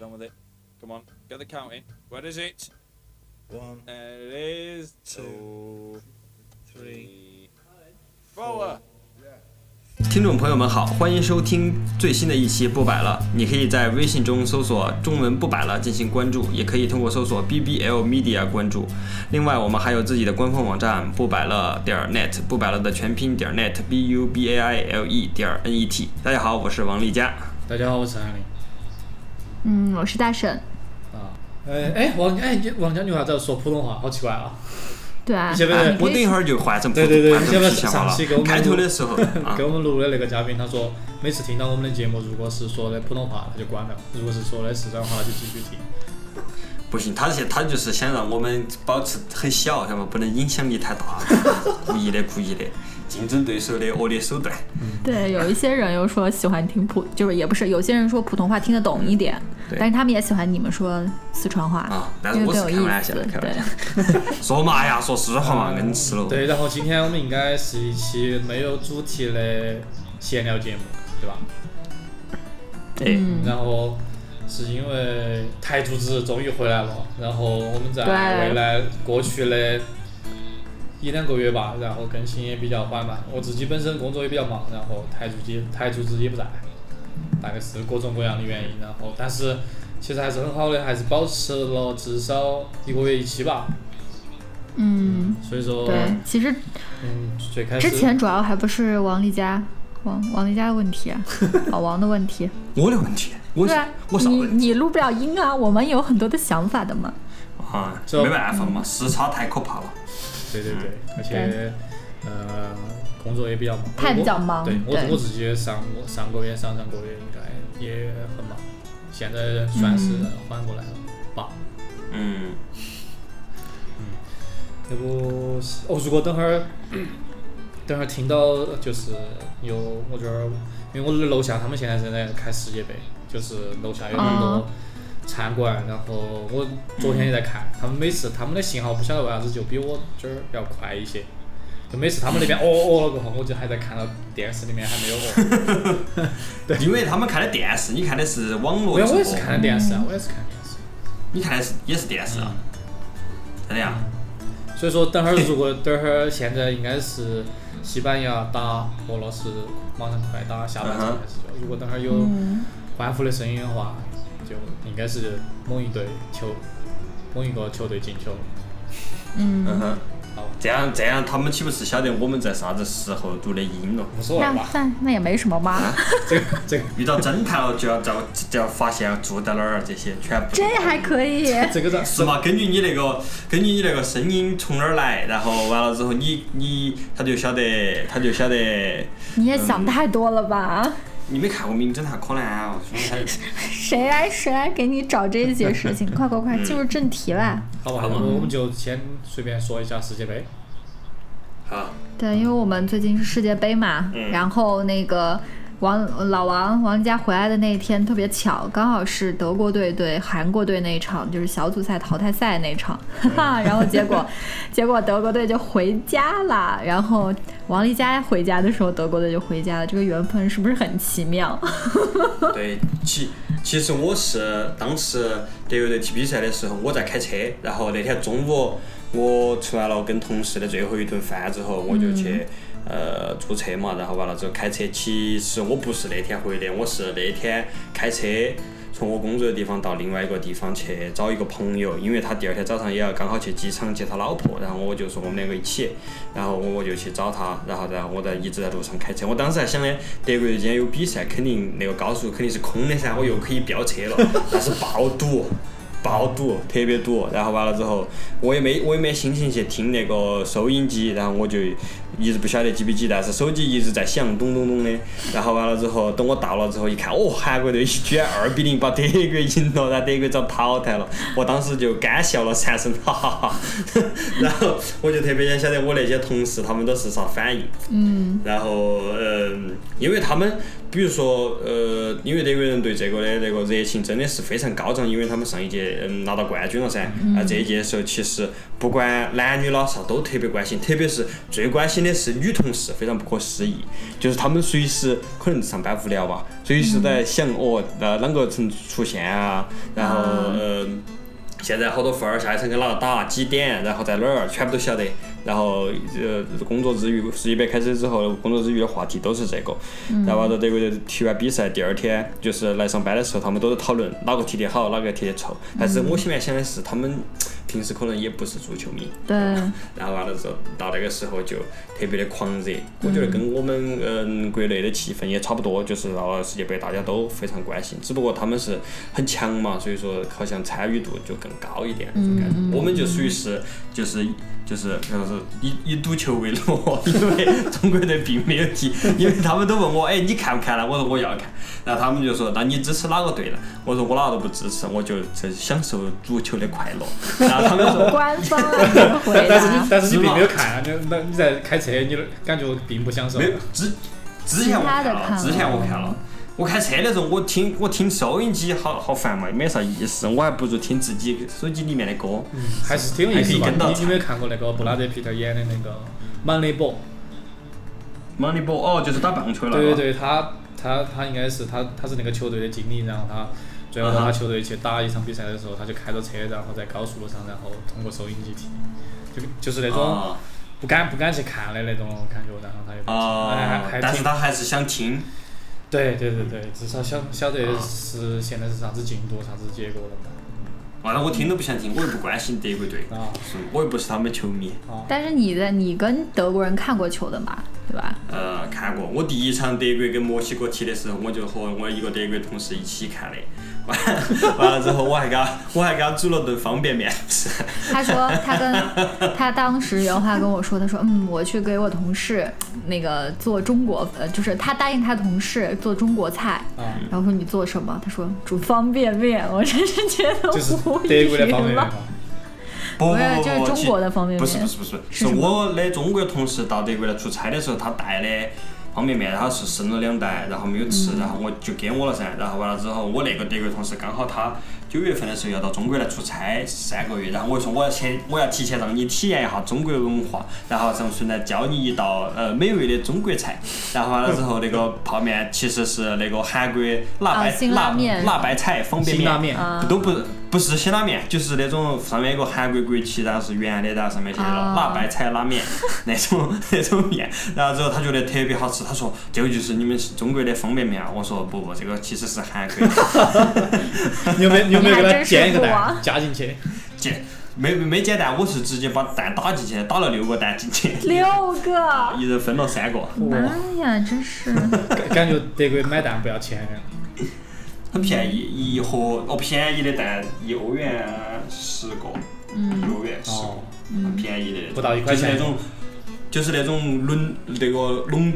Get on with it. Come on, get the counting. Where is it? 1, There it is. 2, 3, 4. 听众朋友们好，欢迎收听最新的一期不摆了。你可以在微信中搜索中文不摆了进行关注，也可以通过搜索 BBL Media 关注。另外，我们还有自己的官方网站不摆了.net， 不摆了的全拼.net BUBAILE.net。大家好，我是王丽佳。 大家好，我是韩林。 我是大沈。 王家女孩在说普通话，好奇怪啊！ 对啊， 我等一会儿就换成对，你要不要上期给我们开头的时候给我们录的那个嘉宾，他说每次听到我们的节目，如果是说的普通话，他就关了；如果是说的四川话，就继续听。 不行，他就是想让我们保持很小，晓得吗？不能影响力太大，故意的，竞争对手的恶劣手段。 对，有一些人又说喜欢听就是也不是，有些人说普通话听得懂一点，但是他们也喜欢你们说四川话啊。但是我是开玩笑，说嘛呀，说实话嘛，硬吃了。 对，然后今天我们应该是一期没有主题的闲聊节目，对吧？ 对。 然后是因为台组织终于回来了，然后我们在未来过去的1-2个月吧，然后更新也比较缓慢。我自己本身工作也比较忙，然后台组织也不在，大概是各种各样的原因。然后但是其实还是很好的，还是保持了至少1个月一期吧。所以说对，其实最开始之前主要还不是王丽佳的问题啊，老王的问题。 我的问题？ 对啊，你录不了音啊，我们有很多的想法的嘛。 没办法嘛，时差太可怕了。 对，而且工作也比较忙， 比较忙。 对，我自己上个月应该也很忙，现在算是缓过来了吧。要不如果等会儿听到就是我这儿，因为我楼下他们现在正在开世界杯，就是楼下有很多餐馆，然后我昨天也在看，他们每次他们的信号不晓得为啥子就比我这儿要快一些，就每次他们那边了过后，我就还在看到电视里面还没有对，因为他们看的电视，你看的是网络。 我也是看的电视啊， 你看的也是电视啊？真的呀？ 所以说等会儿现在应该是西班牙打俄罗斯，马上快打下半场开始。如果等会儿有欢呼的声音的话，就应该是某一个球队进球。好， 这样他们岂不是晓得我们在啥子时候读的音了？ 无所谓吧？ 那也没什么吧。 这个遇到侦探了就要发现住在哪儿，这些全部。 这还可以。 这个是嘛？根据你那个声音从哪儿来，然后完了之后他就晓得。 你也想太多了吧？ 你没看过《名侦探柯南》啊？ 谁来给你找这些事情？快，进入正题啦！ 好吧，我们就先随便说一下世界杯。 好。 对，因为我们最近是世界杯嘛，然后那个老王家回来的那一天特别巧，刚好是德国队对韩国队那一场，就是小组赛淘汰赛那一场，然后结果德国队就回家了，然后王丽佳回家的时候，德国队就回家了，这个缘分是不是很奇妙？ 对，其实我是当时德国队踢比赛的时候，我在开车，然后那天中午我吃完了跟同事的最后一顿饭之后，我就去租车嘛，然后完了之后开车。其实我不是那天回的，我是那天开车从我工作的地方到另外一个地方去找一个朋友，因为他第二天早上也要刚好去机场接他老婆，然后我就说我们两个一起，然后我就去找他，然后我一直在路上开车。我当时还想的，德国队今天有比赛，肯定那个高速肯定是空的噻，我又可以飙车了，但是爆堵，特别堵。然后完了之后，我也没心情去听那个收音机，然后我就一直不晓得几比几，但是手机一直在响，咚咚咚的。然后完了之后，等我到了之后一看，韩国队居然2-0把德国赢了，然后德国遭淘汰了。我当时就干笑了3声，哈哈哈。然后我就特别想晓得我那些同事他们都是啥反应。然后因为他们比如说因为德国人对这个的那个热情真的是非常高涨，因为他们上一届拿到冠军了噻。这一届的时候其实不管男女老少都特别关心，特别是最关心的天是女同事，非常不可思议，就是他们随时可能上班无聊吧，随时在想啷个曾出现啊，然后现在好多份儿，下一层跟哪个打，几点，然后在哪儿，全部都晓得。然后工作之余，11点开始之后，工作之余的话题都是这个。然后德国队踢完比赛第二天，就是来上班的时候，他们都在讨论哪个踢得好，哪个踢得臭。但是我现在想的是，他们平时可能也不是足球迷。 对。 然后完了之后，到那个时候就特别的狂热。我觉得跟我们国内的气氛也差不多，就是到了世界杯大家都非常关心，只不过他们是很强嘛，所以说好像参与度就更高一点那种感觉。我们就属于是就是以赌球为乐，因为中国队并没有踢，因为他们都问我，哎，你看不看了？我说我要看，然后他们就说，那你支持哪个队呢？我说我哪个都不支持，我就享受足球的快乐。然后他们说， 官方的回答。 但是你并没有看，那你在开车，你感觉并不享受。 没有，之前我看了，之前我看了。我开车的时候，我听收音机好烦嘛，没啥意思，我还不如听自己手机里面的歌。 还是挺有意思吧？你有没有看过那个布拉德皮特演的那个《Moneyball》 哦，就是打棒球那个。对，他应该是他是那个球队的经理，然后他最后他球队去打一场比赛的时候，他就开着车，然后在高速路上，然后通过收音机听，就是那种不敢去看的那种感觉，然后他又但是他还是想听。 对，至少晓得是现在是啥子进度、啥子结果了。 那我听都不想听，我又不关心德国队，我又不是他们球迷。 但是你跟德国人看过球的嘛，对吧？ 看过。我第一场德国跟墨西哥踢的时候，我就和我一个德国同事一起看的。完了之后，我还给他煮了顿方便面吃。 他说他当时原话跟我说，他说我去给我同事那个做中国，就是他答应他同事做中国菜，然后说你做什么？他说煮方便面，我真是觉得无语了。 不， 就是中国的方便面。 不是，是我的中国同事到德国来出差的时候，他带的方便面，他是剩了2袋，然后没有吃，然后我就给我了噻。然后完了之后，我那个德国同事刚好他9月份的时候要到中国来出差3个月，然后我说我要提前让你体验一下中国文化，然后顺带教你一道美味的中国菜。然后完了之后，那个泡面其实是那个韩国辣白菜方便面，都不是辛拉面，就是那种上面有个韩国国旗，然后是圆的，然后上面写了辣白菜拉面那种面。然后之后他觉得特别好吃，他说这个就是你们中国的方便面啊。我说不，这个其实是韩国的。 你有没有给他煎一个蛋加进去？ 没煎蛋，我是直接把蛋打进去，打了6个蛋进去。 6个， 一人分了3个。 妈呀，真是！ 感觉德国买蛋不要钱。 很便宜，一盒便宜的蛋1欧元10个，1欧元10个，很便宜的， 不到1块钱。 就是那种笼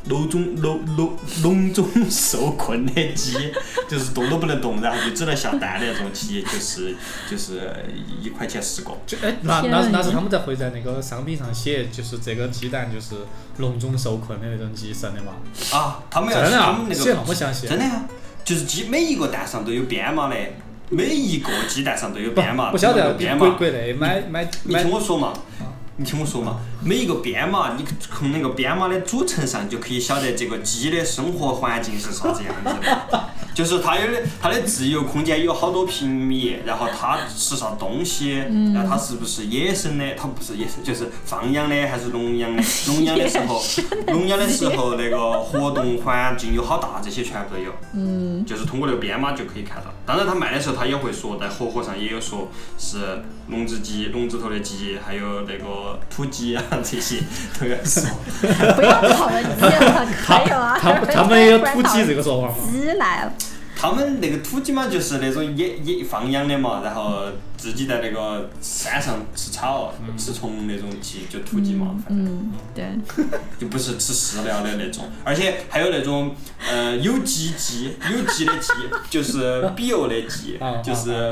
中受困的鸡，就是动都不能动，然后就只能下蛋的那种鸡，就是1块钱10个。 那是他们会在那个商品上写，就是这个鸡蛋就是笼中受困的那种鸡生的嘛？ 他们要写他们那个写那么详细。 真的呀，就是每一个蛋上都有编码的，每一个鸡蛋上都有编码。 不晓得国内买。 你听我说嘛，每一个编码，你从那个编码的组成上就可以晓得这个鸡的生活环境是啥子样子的。就是它的自由空间有好多平米，然后它吃啥东西，然后它是不是野生的？它不是野生，就是放养的还是笼养的？笼养的时候那个活动环境有好大，这些全部都有。就是通过那个编码就可以看到。当然他卖的时候他也会说，在盒盒上也有说是笼子鸡、笼子头的鸡，还有那个土鸡啊，这些都要说。 不要讨论鸡了，可以了。 他们也有土鸡这个说法吗？ 鸡来了。 他们那个土鸡嘛，就是那种野放养的嘛，然后自己在那个山上吃草、吃虫那种鸡，就土鸡嘛。 对。 就不是吃饲料的那种，而且还有那种有机的鸡，就是 bio 的鸡，就是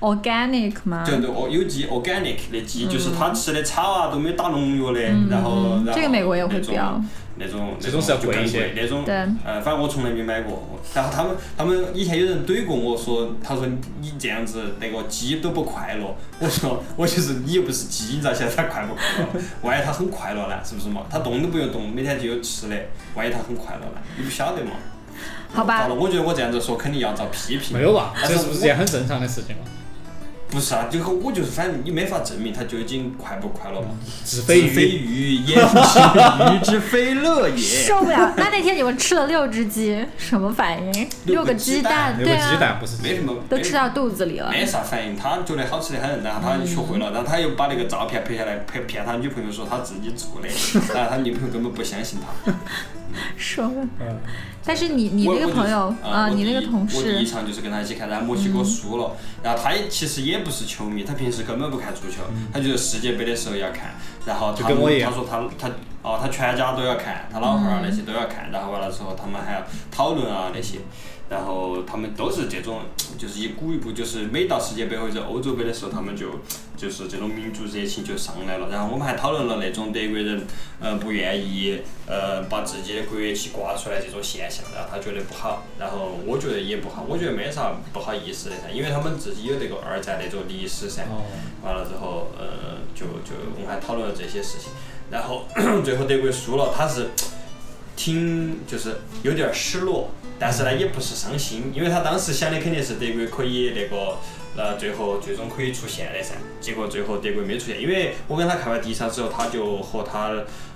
organic 吗？ 就有机 organic 的鸡，就是它吃的草啊都没有打农药的，然后这个美国也会标。 那种这种是要贵一些， 那种对， 反正我从来没买过。然后他们以前有人怼过我说，他说你这样子那个鸡都不快乐。我说我就是你又不是鸡，你咋晓得它快不快乐？万一它很快乐呢？是不是嘛？它动都不用动，每天就有吃的，万一它很快乐呢？你不晓得嘛？ 好吧。 我觉得我这样子说肯定要遭批评。 没有吧？这是不是件很正常的事情嘛？ 不是啊，我就是反正你没法证明它究竟快不快乐嘛。 子非鱼，焉知鱼之非乐也。 受不了！那天你们吃了6只鸡，什么反应？6个鸡蛋，对啊， 鸡蛋不是没什么， 都吃到肚子里了。 没啥反应，他觉得好吃的很，然后他学会了，然后他又把那个照片拍下来，骗他女朋友说他自己做的，然后他女朋友根本不相信他。 说了。但是你那个朋友你那个同事， 我第一场就是跟他一起看，然后墨西哥输了，然后他其实也不是球迷，他平时根本不看足球，他就是世界杯的时候要看，然后他说他全家都要看，他老汉儿那些都要看，然后完了之后他们还要讨论啊那些。然后他们都是这种，就是一股一股，就是每到世界杯或者欧洲杯的时候，他们就是这种民族热情就上来了。然后我们还讨论了那种德国人不愿意把自己的国旗挂出来这种现象，然后他觉得不好，然后我觉得也不好，我觉得没啥不好意思的噻，因为他们自己有那个二战那种历史噻。完了之后就我们还讨论了这些事情，然后最后德国输了，他是就是有点失落。但是呢，也不是伤心，因为他当时想的肯定是德国可以那个最终可以出线的噻。结果最后德国没出现，因为我跟他看完第一场之后，他就和他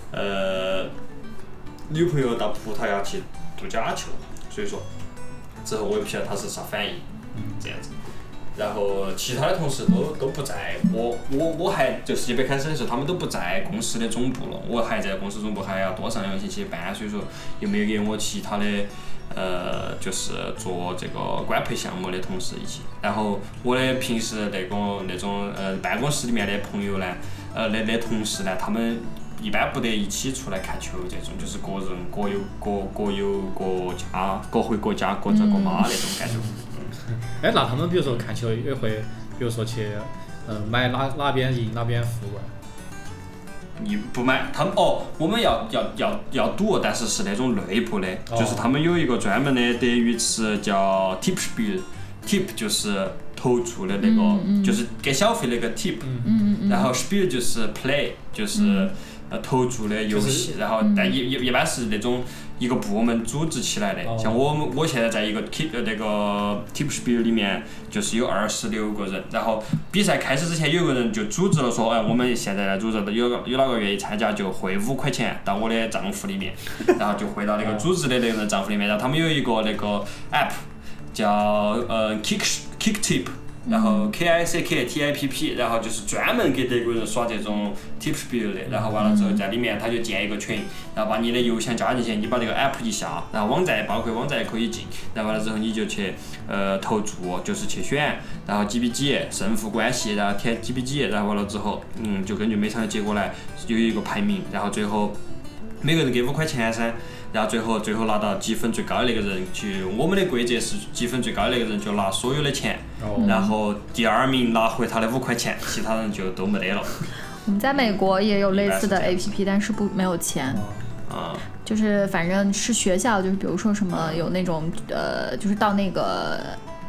女朋友到葡萄牙去度假去了，所以说之后我也不晓得他是啥反应，这样子。然后其他的同事都不在，我还就世界杯开始的时候，他们都不在公司的总部了，我还在公司总部还要多上2个星期班，所以说又没有给我其他的。就是做这个管培项目的同事一起，然后我的平时那种办公室里面的朋友呢，那同事呢，他们一般不得一起出来看球，这种就是个人各有各家，各回各家，各找各妈那种感觉。 哎，那他们比如说看球也会，比如说去买哪边赢哪边负啊？ 你不买，他们我们要赌，但是那种内部的，就是他们有一个专门的德语词叫 Tippspiel，Tipp 就是投注的那个，就是给小费那个 Tipp，然后 Spiel 就是 play， 就是投注的游戏，然后但一般是那种一个部门组织起来的，像我现在在一个那个 Tippspiel 里面，就是有26个人，然后比赛开始之前有个人就组织了说，我们现在来组织，有哪个愿意参加就汇5块钱到我的账户里面，然后就汇到那个组织的那个人账户里面，然后他们有一个那个 app 叫Kicktip。然后 KICKTIPP， 然后就是专门给德国人耍这种 Tippspiel 的，然后完了之后在里面他就建一个群，然后把你的邮箱加进去，你把这个 app 一下，然后包括网站也可以进，然后完了之后你就去投注，就是去选，然后几比几胜负关系，然后填几比几，然后完了之后就根据每场的结果来有一个排名，然后最后每个人给5块钱噻。然后最后拿到积分最高的那个人去，我们的规则是积分最高的那个人就拿所有的钱，然后第2名拿回他的5块钱，其他人就都没得了。 我们在美国也有类似的 APP， 但是没有钱。就是反正是学校，就是比如说什么有那种就是到那个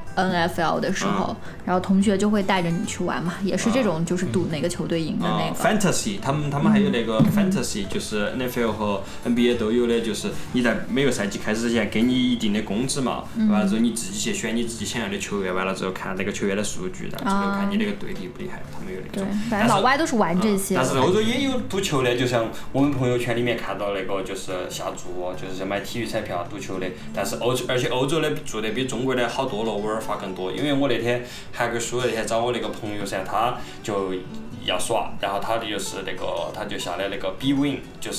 NFL 的时候，然后同学就会带着你去玩嘛，也是这种就是赌哪个球队赢的那个。 Fantasy， 他们还有那个 Fantasy， 就是 NFL 和 NBA 都有的，就是你在每个赛季开始之前给你一定的工资嘛，完了之后你自己去选你自己想要的球员，完了之后看那个球员的数据，然后最后看你那个队厉不厉害，他们有那种。 对，反正老外都是玩这些。 但是欧洲也有赌球的，就像我们朋友圈里面看到那个就是下注，就是买体育彩票赌球的，但是而且欧洲的做的比中国的好多了，玩法更多，因为我那天韩国输那天找我那个朋友噻，他就要耍，然后他就是他就下来那个 BWin， 就是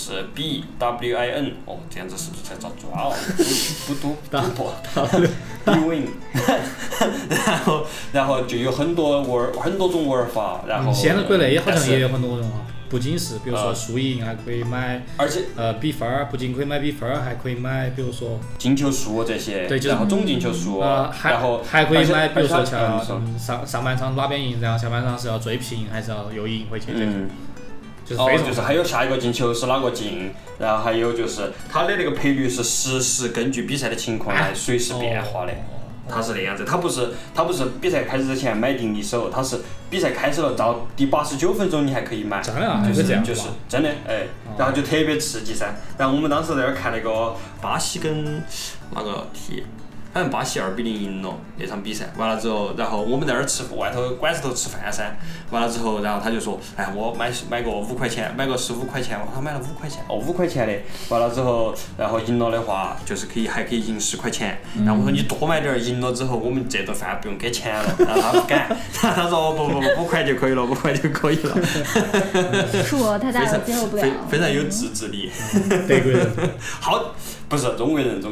BWIN， 这样子是不是才遭抓哦？赌博BWin， 然后就有很多种玩法，然后。 现在国内好像也有很多种啊。 不仅是比如说输赢，还可以买， 而且比分儿，不仅可以买比分儿，还可以买比如说进球数这些， 对，就是然后总进球数，然后还可以买，比如说像上半场哪边赢，然后下半场是要追平还是要又赢回去这种。 就是还有下一个进球是哪个进，然后还有就是它的那个赔率是实时根据比赛的情况来随时变化的，它是那样子，它不是比赛开始之前买定你手，它是比赛开始了到第89分钟你还可以买，就是真的然后就特别刺激噻。然后我们当时在那儿看那个巴西跟哪个踢。反正巴西2-0赢了那场比赛，完了之后，然后我们在那儿外头馆子头吃饭噻，完了之后，然后他就说，哎，我买个5块钱，买个15块钱，他买了5块钱，5块钱的，完了之后，然后赢了的话，就是还可以赢10块钱，然后我说你多买点，赢了之后我们这顿饭不用给钱了，然后他不敢，他说不5块就可以了，5块就可以了， 说他大家接受不了， 非常有自制力， 德国人， 好，不是中国人。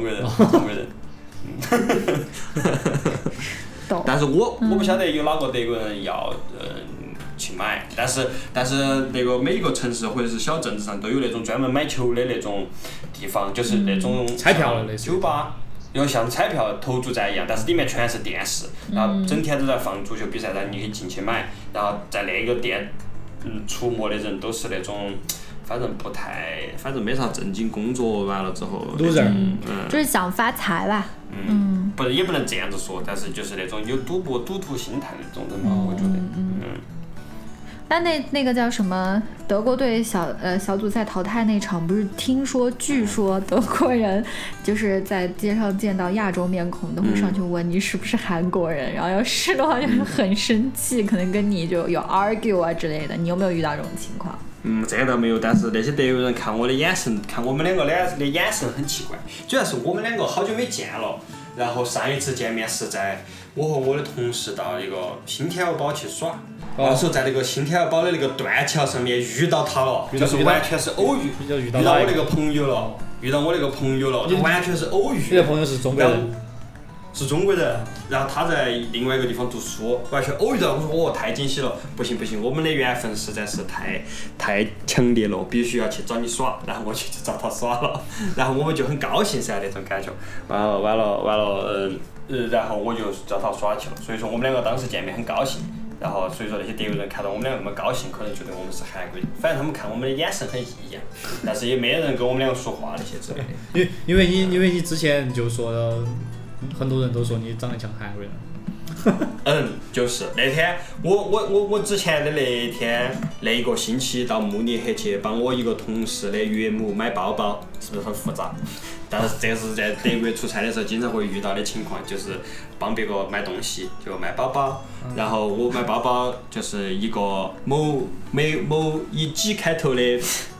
但是我不晓得有哪个德国人要去买，但是那个每一个城市或者是小镇子上都有那种专门买球的那种地方，就是那种彩票的那种酒吧，有像彩票投注站一样，但是里面全是电视，然后整天都在放足球比赛，然后你可以进去买，然后在那个店出没的人都是那种。反正没啥正经工作，完了之后， 就是想发财吧。 不是也不能这样子说，但是就是那种有赌徒心态的那种人嘛，我觉得。 那那个叫什么德国队小组赛淘汰那场，不是据说德国人就是在街上见到亚洲面孔都会上去问你是不是韩国人，然后要是的话就是很生气，可能跟你就有 argue 啊之类的。你有没有遇到这种情况？ 这个倒没有，但是那些德国人看我的眼神，看我们两个的眼神很奇怪。主要是我们两个好久没见了，然后上一次见面是在我和我的同事到一个新天鹅堡去耍，那时候在那个新天鹅堡的那个断桥上面遇到他了，就是完全是偶遇，遇到我那个朋友了，完全是偶遇。 你的朋友是中国人？ 是中国人，然后他在另外一个地方读书，完全偶遇到。我说太惊喜了，不行，我们的缘分实在是太强烈了，必须要去找你耍。然后我去找他耍了，然后我们就很高兴噻那种感觉。完了，然后我就找他耍去了。所以说我们两个当时见面很高兴。然后所以说那些德国人看到我们两个那么高兴，可能觉得我们是韩国人。反正他们看我们的眼神很异样，但是也没人跟我们两个说话那些之类的。 因为你之前就说了。很多人都说你长得像韩国人。 就是那天我之前的那一天那一个星期到慕尼黑去帮我一个同事的岳母买包包，是不是很复杂？但是这是在德国出差的时候经常会遇到的情况，就是帮别个买东西，就买包包，然后我买包包就是一个某以几开头的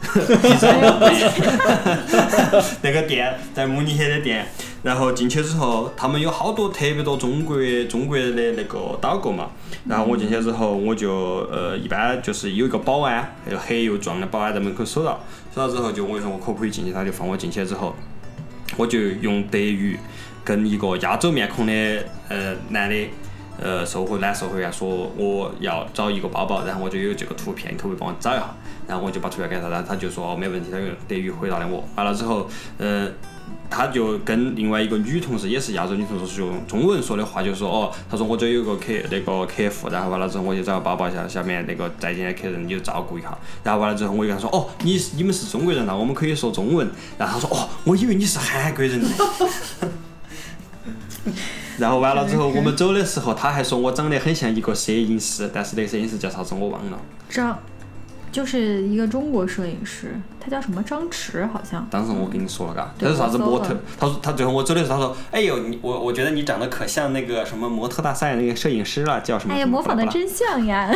那个店，在慕尼黑的店。然后进去之后，他们有好多特别多中国人的那个导购嘛。然后我进去之后，我就一般就是有一个保安，那个黑又壮的保安在门口守到之后就我说我可不可以进去，他就放我进去之后，我就用德语跟一个亚洲面孔的男的售货员说我要找一个包包，然后我就有这个图片，可不可以帮我找一下？然后我就把图片给他，然后他就说没问题，他用德语回答了我。完了之后，他就跟另外一个女同事，也是亚洲女同事，用中文说的话，就说他说我这有个客户，然后完了之后我就找个包包下面那个在进的客人你就照顾一下，然后完了之后我就跟他说你们是中国人那我们可以说中文，然后他说我以为你是韩国人。然后完了之后我们走的时候他还说我长得很像一个摄影师，但是那个摄影师叫啥子我忘了。 就是一个中国摄影师，他叫什么张弛好像。 当时我跟你说了嘎，他是啥子模特？他最后我走的时候他说，哎呦我觉得你长得可像那个什么模特大赛那个摄影师了，叫什么？ 哎呀，模仿的真像呀！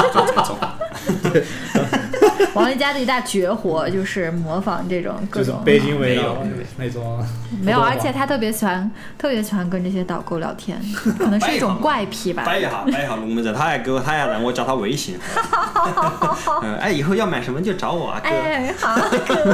王一家的一大绝活就是模仿这种各种北京味道那种。 没有，而且他特别喜欢跟这些导购聊天，可能是一种怪癖吧。 摆一下龙门阵，他还让我加他微信。哎，以后要买什么就找我啊，哥。 哎，好，哥。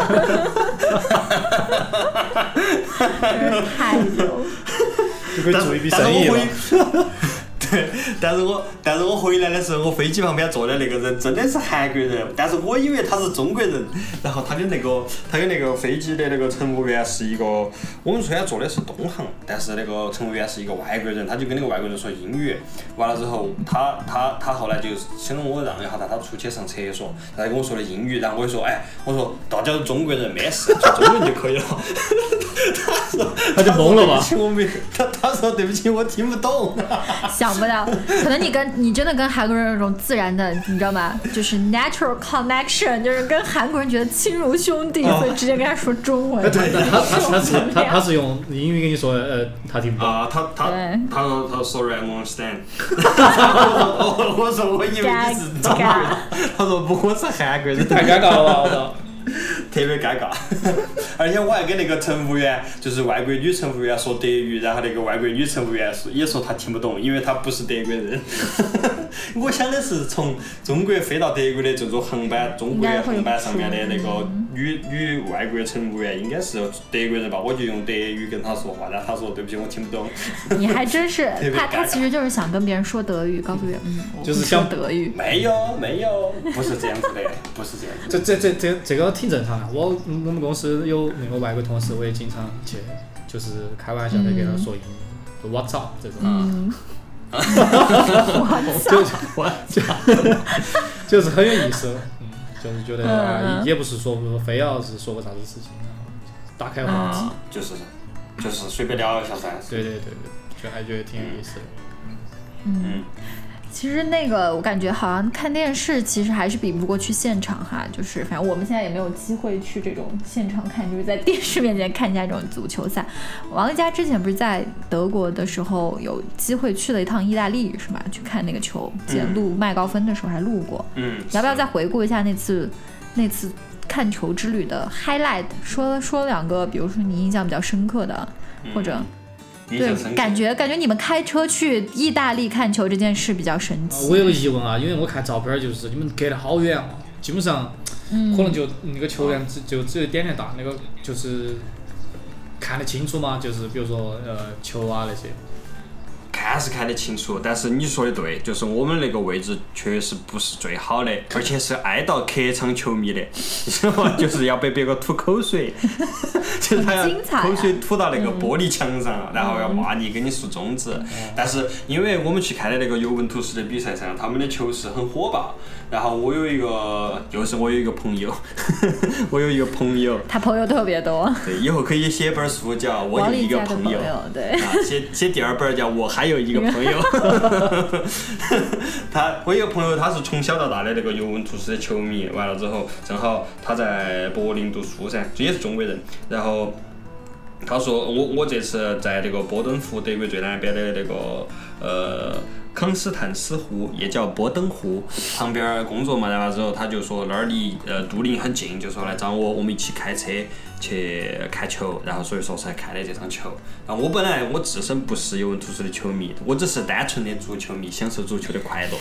太牛。 就可以做一笔生意了。 对，但是我回来的时候，我飞机旁边坐的那个人真的是韩国人，但是我以为他是中国人。然后他跟那个飞机的那个乘务员是一个，我们虽然坐的是东航，但是那个乘务员是一个外国人，他就跟那个外国人说英语。完了之后，他后来就想我让一下他出去上厕所，他跟我说的英语，然后我就说，我说大家是中国人，没事，说中文就可以了。 他就懵了吧？ 他说对不起，我听不懂。 想不到，可能你真的跟韩国人有一种自然的，你知道吗？就是 natural connection， 就是跟韩国人觉得亲如兄弟，所以直接跟他说中文。 对，他是用英语跟你说，他听不懂。 他说 sorry I don't understand。我说我以为你是中国人，他说不，我是韩国人。 太尴尬了吧，我操！ 特别尴尬，而且我还跟那个乘务员，就是外国女乘务员说德语，然后那个外国女乘务员也说她听不懂，因为她不是德国人。我想的是从中国飞到德国的这种航班，中国航班上面的那个女外国乘务员应该是德国人吧，我就用德语跟她说话，然后她说对不起，我听不懂。 你还真是，他其实就是想跟别人说德语，告诉别人， 就是说德语。 没有，不是这样子的，不是这样子。 这个挺正常的。我们公司有那个外国同事，我也经常去，就是开玩笑的跟他说英语，就 What's up 这种。就是很有意思，就是觉得也不是说非要是说个啥子事情，打开话题， 就是随便聊一下噻。 对，就还觉得挺有意思的。 其实那个我感觉好像看电视其实还是比不过去现场哈，就是反正我们现在也没有机会去这种现场看，就是在电视面前看一下这种足球赛。王佳之前不是在德国的时候有机会去了一趟意大利是吧？去看那个球，记得录麦高芬的时候还录过。要不要再回顾一下那次看球之旅的 highlight？ 说两个，比如说你印象比较深刻的，或者。对，感觉你们开车去意大利看球这件事比较神奇。 我有个疑问啊，因为我看照片就是你们隔得好远啊，基本上可能就那个球员只有一点点大，那个就是看得清楚吗？就是比如说球啊那些。 看是看得清楚，但是你说的对，就是我们那个位置确实不是最好的，而且是挨到客场球迷的，就是要被别个吐口水，就是他要口水吐到那个玻璃墙上，然后要骂你，跟你竖中指。但是因为我们去看的那个尤文图斯的比赛上，他们的球是很火爆。然后我有一个朋友， 他朋友特别多。 对，以后可以写本书叫《我有一个朋友》， 对， 写第二本叫《我还有一个朋友》。我有个朋友，他是从小到大的那个尤文图斯的球迷，完了之后正好他在柏林读书噻，这也是中国人，然后。他说我这次在那个波登湖，德国最南边的那个康斯坦斯湖，也叫波登湖旁边工作嘛，然后之后他就说那儿离都灵很近，就说来找我们一起开车去看球，然后所以说才看的这场球。然后我本来我自身不是尤文图斯的球迷，我只是单纯的足球迷，享受足球的快乐。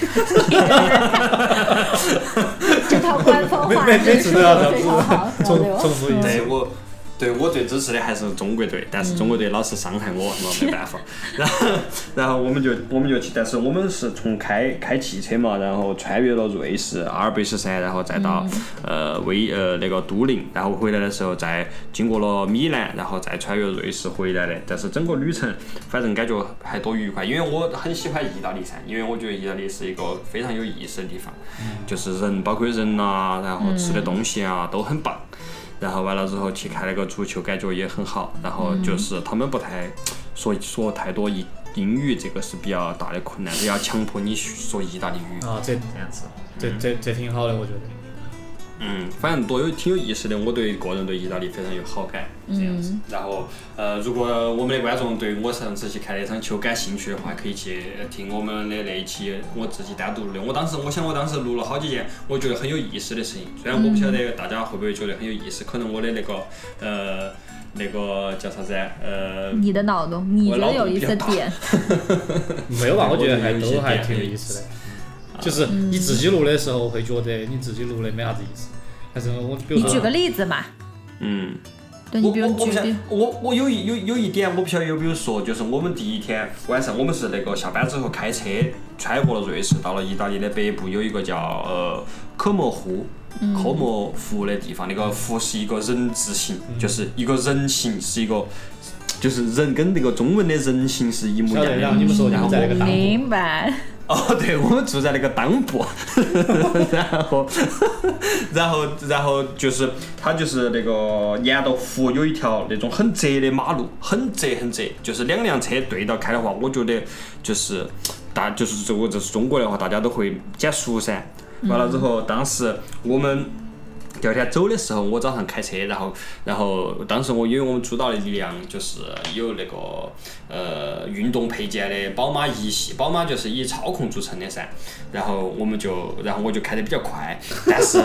这套官方话每次都要非常好， 重复一次。 对我最支持的还是中国队，但是中国队老是伤害我，没办法。然后我们就去，但是我们是从开汽车嘛，然后穿越了瑞士阿尔卑斯山，然后再到那个都灵，然后回来的时候再经过了米兰，然后再穿越瑞士回来的。但是整个旅程反正感觉还多愉快，因为我很喜欢意大利噻，因为我觉得意大利是一个非常有意思的地方，就是包括人啊，然后吃的东西啊都很棒。然后完了之后去看那个足球，感觉也很好。然后就是他们不太说太多英语，这个是比较大的困难，要强迫你说意大利语。 这样子，这挺好的，我觉得。 反正挺有意思的。我个人对意大利非常有好感，这样子。然后如果我们的观众对我上次去看那场球感兴趣的话，可以去听我们的那一期我自己单独录的。我当时录了好几件我觉得很有意思的事情，虽然我不晓得大家会不会觉得很有意思，可能我的那个叫啥子你的脑洞，你觉得有意思的点？ 没有吧？我觉得还挺有意思的。就是你自己录的时候会觉得你自己录的没啥子意思，但是我比如说你举个例子嘛。 对你比如举例， 我有一点我不晓得有没有说，就是我们第一天晚上我们是那个下班之后开车穿过了瑞士，到了意大利的北部有一个叫科莫湖的地方，那个湖是一个人字形，就是一个人形，是一个就是人跟那个中文的人形是一模一样的。 然后你们说你们在那个当明白。 哦，对，我们住在那个裆部，然后就是它就是那个沿着湖有一条那种很窄的马路，很窄，就是两辆车对到开的话，我觉得就是就是如果这是中国的话，大家都会减速噻。完了之后，当时我们第二天走的时候，我早上开车，然后当时因为我们租到了一辆就是有那个运动配件的宝马一系，宝马就是以操控著称的噻，然后我就开得比较快，但是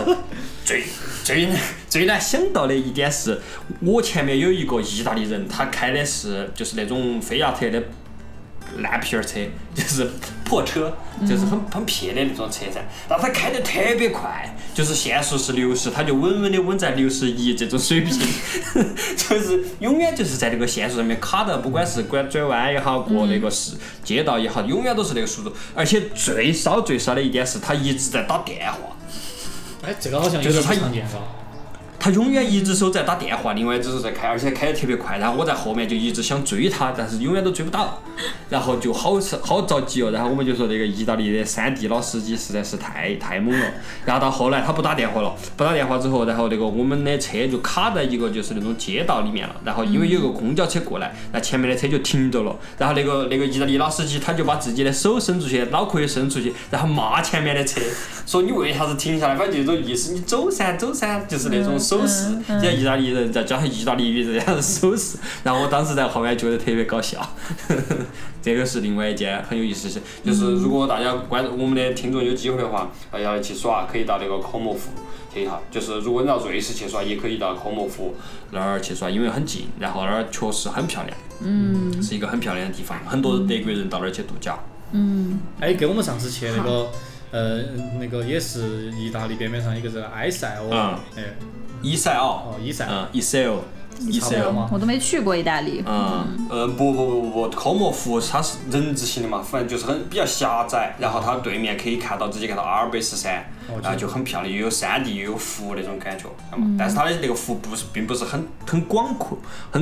最难想到的一点是，我前面有一个意大利人，他开的是就是那种菲亚特的烂皮儿车，就是破车，就是很撇的那种车噻。但他开得特别快，就是限速是60，他就稳稳的稳在61这种水平，就是永远就是在那个限速上面卡的，不管是转弯也好，过那个街道也好，永远都是那个速度。而且最少的一点是，他一直在打电话。 哎，这个好像有点不常见，是吧？ 他永远一只手在打电话，另外一只手在开，而且开得特别快。然后我在后面就一直想追他，但是永远都追不到，然后就好着急哦。然后我们就说那个意大利的3D 老司机实在是太猛了。然后到后来他不打电话了，不打电话之后，然后那个我们的车就卡在一个就是那种街道里面了。然后因为有个公交车过来，那前面的车就停着了。然后那个意大利老司机他就把自己的手伸出去，脑壳也伸出去，然后骂前面的车，说你为啥子停下来？反正就这种意思，你走噻，就是那种手势，人家意大利人在教他意大利语这样的手势，然后我当时在后面觉得特别搞笑。这个是另外一件很有意思的事，就是如果大家我们的听众有机会的话，要去耍，可以到那个科莫湖去一下。就是如果你到瑞士去耍，也可以到科莫湖那儿去耍，因为很近，然后那儿确实很漂亮，是一个很漂亮的地方，很多德国人到那儿去度假。 哎，跟我们上次去那个也是意大利边上一个这个埃塞俄， 伊塞奥，伊塞奥。 我都没去过意大利。 不，科莫湖它是人字形的嘛，反正就是比较狭窄，然后它对面可以直接看到阿尔卑斯山，然后就很漂亮，又有山地又有湖那种感觉，但是它的那个湖并不是很广阔，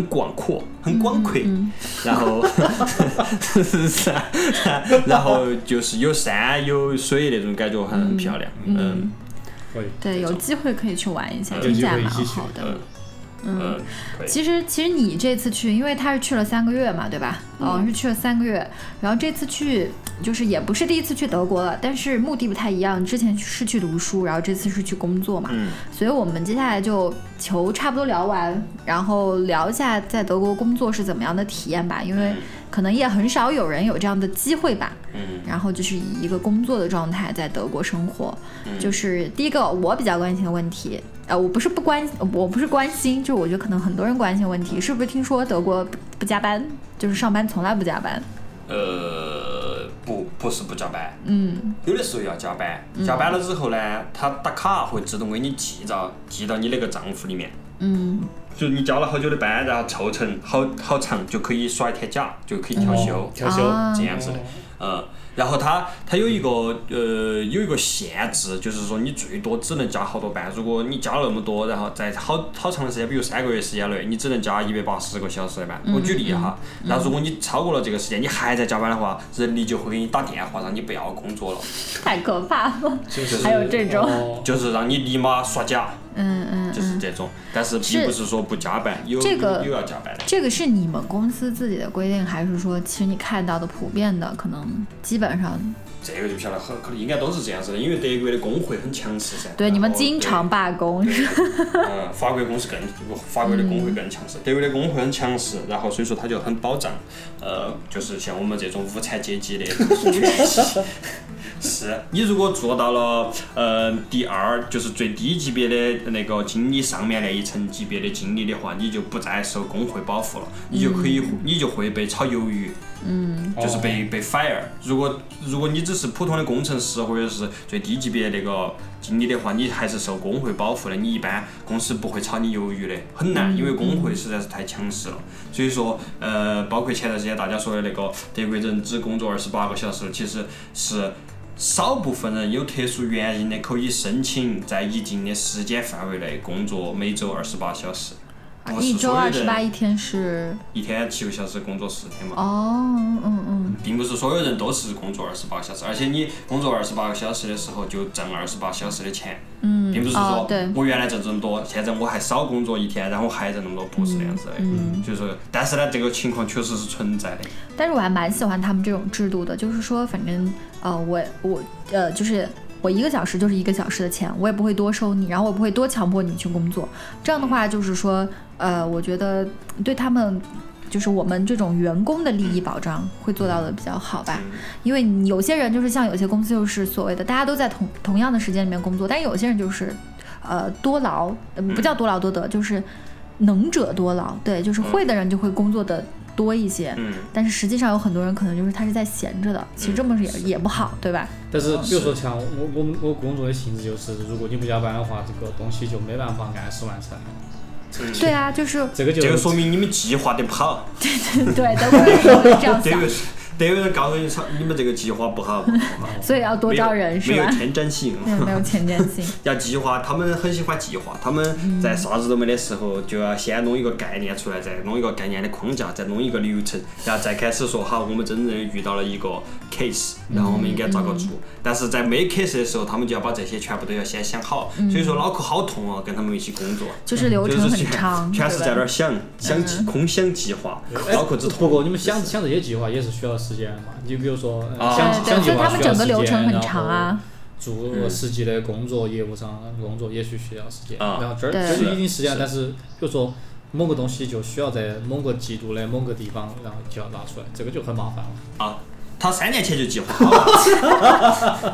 然后就是有山有水那种感觉，很漂亮。 对，有机会可以去玩一下，真的蛮好的。其实你这次去，因为他是去了3个月嘛，对吧？是去了3个月，然后这次去就是也不是第一次去德国了，但是目的不太一样。之前是去读书，然后这次是去工作嘛，所以我们接下来就差不多聊完，然后聊一下在德国工作是怎么样的体验吧，因为可能也很少有人有这样的机会吧。然后就是以一个工作的状态在德国生活，就是第一个我比较关心的问题。我不是关心，就是我觉得可能很多人关心的问题，是不是听说德国不加班，就是上班从来不加班？ 不是不加班，有的时候要加班，加班了之后呢，他打卡会自动给你记到你那个账户里面，就你交了好久的班，然后凑成好长就可以耍一天假，就可以调休这样子的，然后它有一个限制，就是说你最多只能加好多班。如果你加了那么多，然后在好长的时间，比如3个月时间内，你只能加180个小时的班。我举例哈，然后如果你超过了这个时间，你还在加班的话，人力就会给你打电话让你不要工作了。 太可怕了，还有这种， 就是让你立马耍假。就是这种，但是并不是说不加班，有要加班的。 这个是你们公司自己的规定，还是说其实你看到的普遍的，可能基本上？ 这个就不晓得，可能应该都是这样子的，因为德国的工会很强势噻。 对，你们经常罢工。 法国的工会更强势，德国的工会很强势，然后所以说它就很保障，就是像我们这种无产阶级的权益。 是你如果做到了第2，就是最低级别的那个经理上面那一层级别的经理的话，你就不再受工会保护了，你就可以，你就会被炒鱿鱼。就是被 fire。如果你只是普通的工程师或者是最低级别那个经理的话，你还是受工会保护的，你一般公司不会炒你鱿鱼的，很难，因为工会实在是太强势了。所以说，包括前段时间大家说的那个德国人只工作28个小时，其实是少部分人有特殊原因的可以申请在一定的时间范围内工作每周28小时。 一周28，一天是一天7个小时，工作4天嘛。并不是所有人都是工作28个小时，而且你工作28个小时的时候就挣28小时的钱。并不是说我原来挣这么多，现在我还少工作1天，然后我还挣那么多，不是这样子的。就是说，但是呢，这个情况确实是存在的。 但是我还蛮喜欢他们这种制度的，就是说，反正就是我1个小时就是1个小时的钱，我也不会多收你，然后我不会多强迫你去工作。这样的话，就是说，我觉得对他们，就是我们这种员工的利益保障会做到的比较好吧。因为有些人就是像有些公司就是所谓的大家都在同样的时间里面工作，但是有些人就是多劳，不叫多劳多得，就是能者多劳。对，就是会的人就会工作的多一些，但是实际上有很多人可能就是他是在闲着的，其实这么也不好，对吧？ 但是比如说像我工作的性质就是，如果你不加班的话，这个东西就没办法按时完成。 对啊，就是这个说明你们计划得不好。 对，德国人都会这样想。 德国人告诉你们这个计划不好， 所以要多招人，是吧？ 没有前瞻性， 没有前瞻性。 要计划，他们很喜欢计划，他们在啥子都没的时候，就要先弄一个概念出来，再弄一个概念的框架，再弄一个流程，然后再开始说好，我们真正遇到了一个 case， 然后我们应该咋个做。但是在没 case 的时候，他们就要把这些全部都要先想好，所以说脑壳好痛啊，跟他们一起工作。 就是流程很长， 全是在那儿想空想计划，脑壳子痛。 不过你们想这些计划也是需要时间嘛？你比如说想计划需要时间，然后做实际的工作业务上工作也需要时间。然后这儿就是一定时间，但是比如说某个东西就需要在某个季度的某个地方，然后就要拿出来，这个就很麻烦了。 他3年前就计划好了。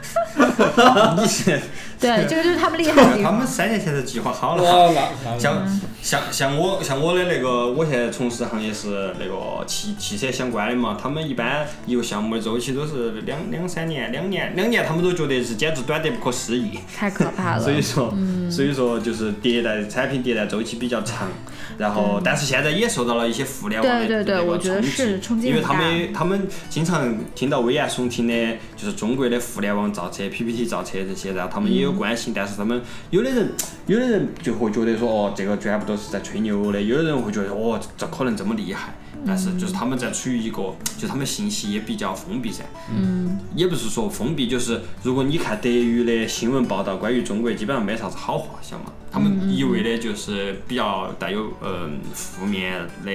对，这个就是他们厉害的地方。 他们3年前就计划好了。像我的那个，我现在从事行业是那个汽车相关的嘛，他们一般一个项目的周期都是两三年，2年他们都觉得是简直短得不可思议。 太可怕了。 所以说就是产品迭代周期比较长，然后但是现在也受到了一些互联网的对，我觉得是冲击很大。 因为他们经常听到危言耸听的，就是中国的互联网造车、PPT 造车这些，然后他们也有关心，但是他们有的人就会觉得说这个全部都是在吹牛的，有的人会觉得这可能这么厉害，但是就是他们在处于一个，就他们信息也比较封闭噻。也不是说封闭，就是如果你看德语的新闻报道，关于中国基本上没啥子好话，晓得吗？他们一味的就是比较带有负面的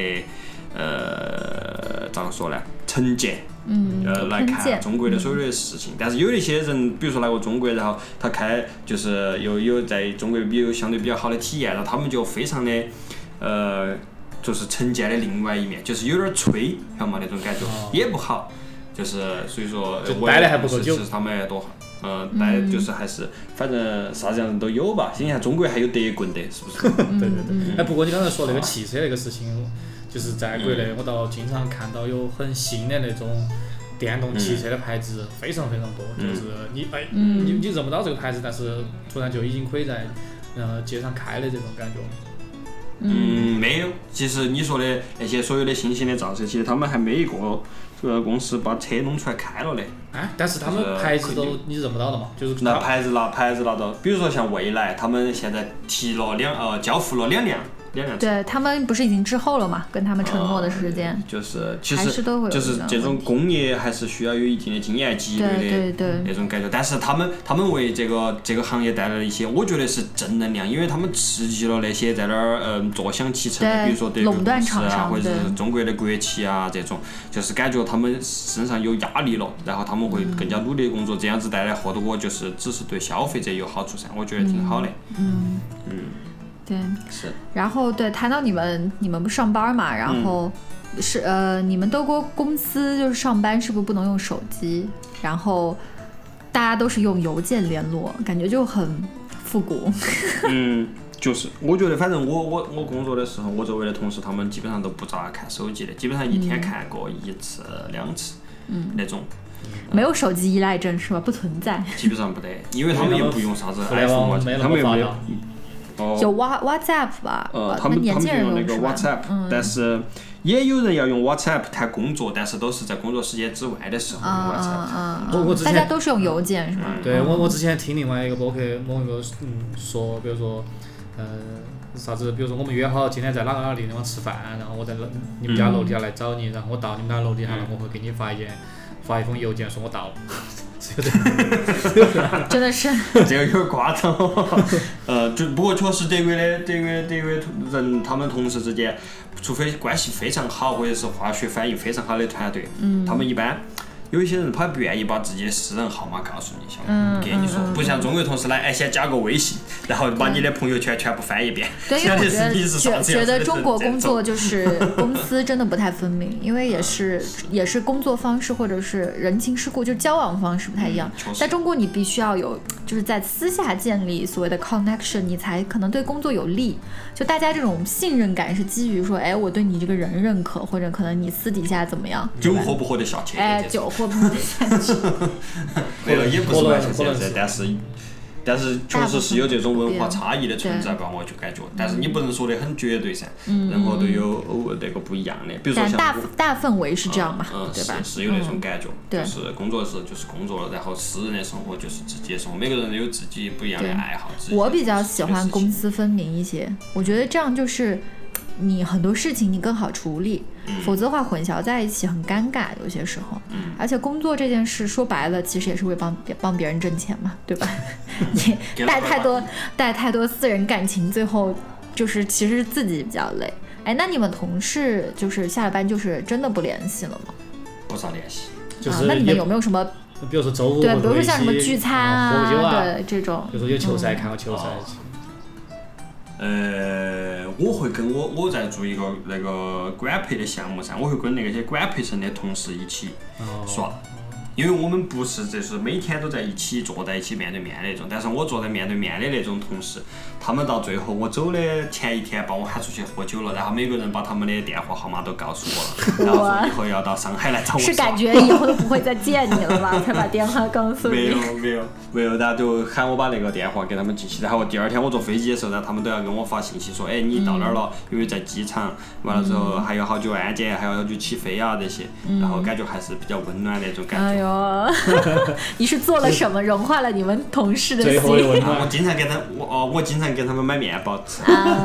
咋个说呢？成见。来看中国的所有的事情，但是有一些人，比如说来过中国，然后他就是有在中国有相对比较好的体验，然后他们就非常的就是成见的另外一面，就是有点吹，晓得吗？那种感觉也不好，就是所以说我待的还不够久， 是他们多好。待就是还是反正啥子样都有吧。你看中国还有德棍的，是不是？ 对。不过你刚才说那个汽车那个事情，就是在国内我倒经常看到有很新的那种电动汽车的牌子，非常非常多。就是你认不到这个牌子，但是突然就已经可以在街上开的这种感觉。 没有。其实你说的那些所有的新型的造车，其实他们还没一个公司把车弄出来开了的。 但是他们牌子都你认不到的嘛，就是拿牌子拿到，比如说像蔚来，他们现在交付了2辆。 对，他们不是已经滞后了嘛？跟他们承诺的时间， 就是其实就是这种工业还是需要有一定的经验积累的那种感觉。但是他们为这个行业带来了一些，我觉得是正能量，因为他们刺激了那些在那儿坐享其成的，比如说德国公司啊，或者是中国的国企啊这种，就是感觉他们身上有压力了，然后他们会更加努力的工作，这样子带来后果就是只是对消费者有好处噻，我觉得挺好的。 对， 是。 然后对，谈到你们不上班嘛，然后是你们德国公司就是上班是不是不能用手机？然后大家都是用邮件联络，感觉就很复古。 就是我觉得反正我工作的时候，我周围的同事他们基本上都不咋看手机的，基本上一天看过1次2次那种。 没有手机依赖症是吧？不存在。 基本上不得，因为他们也不用啥子互联网 iPhone 没那他们也没有么发达。 有 WhatsApp 吧？ 他们年轻人用那个是吧 WhatsApp，但是也有人要用 WhatsApp 谈工作，但是都是在工作时间之外的时候用 WhatsApp。 我之前大家都是用邮件是吧？ 对我之前听另外一个播客某一个说，比如说啥子，比如说我们约好今天在哪个地方吃饭，然后我在你们家楼底下来找你，然后我到你们家楼底下了，我会给你发一封邮件说我到了。 真的是这个有点夸张。不过确实德国人他们同事之间，除非关系非常好或者是化学反应非常好的团队，他们一般有一些人他不愿意把自己的私人号码告诉你，晓得吗？给你说，不像中国同事来，先加个微信，然后把你的朋友圈全部翻一遍。 对，因为我觉得中国工作就是公司真的不太分明，因为也是工作方式或者是人情世故，就交往方式不太一样。在中国你必须要有，就是在私下建立所谓的 connection， 你才可能对工作有利。就大家这种信任感是基于说，哎，我对你这个人认可，或者可能你私底下怎么样， 酒喝不喝得下去？ 哎，酒喝不喝得下去？ 没有，也不是完全这样子，但是确实是有这种文化差异的存在吧，我就感觉。但是你不能说得很绝对噻，人和都有那个不一样的。比如说像大氛围是这样嘛，对吧？ 是有那种感觉，就是工作的时候就是工作了，然后私人的生活就是自己的生活，每个人有自己不一样的爱好。 我比较喜欢公私分明一些，我觉得这样就是你很多事情你更好处理，否则的话混淆在一起很尴尬，有些时候。而且工作这件事说白了，其实也是为帮别人挣钱嘛，对吧？你带太多私人感情，最后就是其实自己比较累。哎，那你们同事就是下了班就是真的不联系了吗？ 不咋联系。 就是那你们有没有什么？ 比如说周五对，比如说像什么聚餐啊， 喝酒啊， 对这种。 比如说有球赛，看个球赛一起。 我会跟我在做一个那个管培的项目上，我会跟那些管培生的同事一起耍。因为我们不是就是每天都在一起坐在一起面对面那种，但是我坐在面对面的那种同事，他们到最后我走的前一天把我喊出去喝酒了，然后每个人把他们的电话号码都告诉我了，然后说以后要到上海来找我。 是感觉以后都不会再见你了吧？才把电话告诉你。 没有，然后就喊我把那个电话给他们记起，然后第二天我坐飞机的时候，然后他们都要跟我发信息说，哎，你到哪儿了？因为在机场，完了之后还有好久安检，还有好久起飞啊这些，然后感觉还是比较温暖的那种感觉。 哎呦，你是做了什么融化了你们同事的心？ 我经常给他们买面包吃。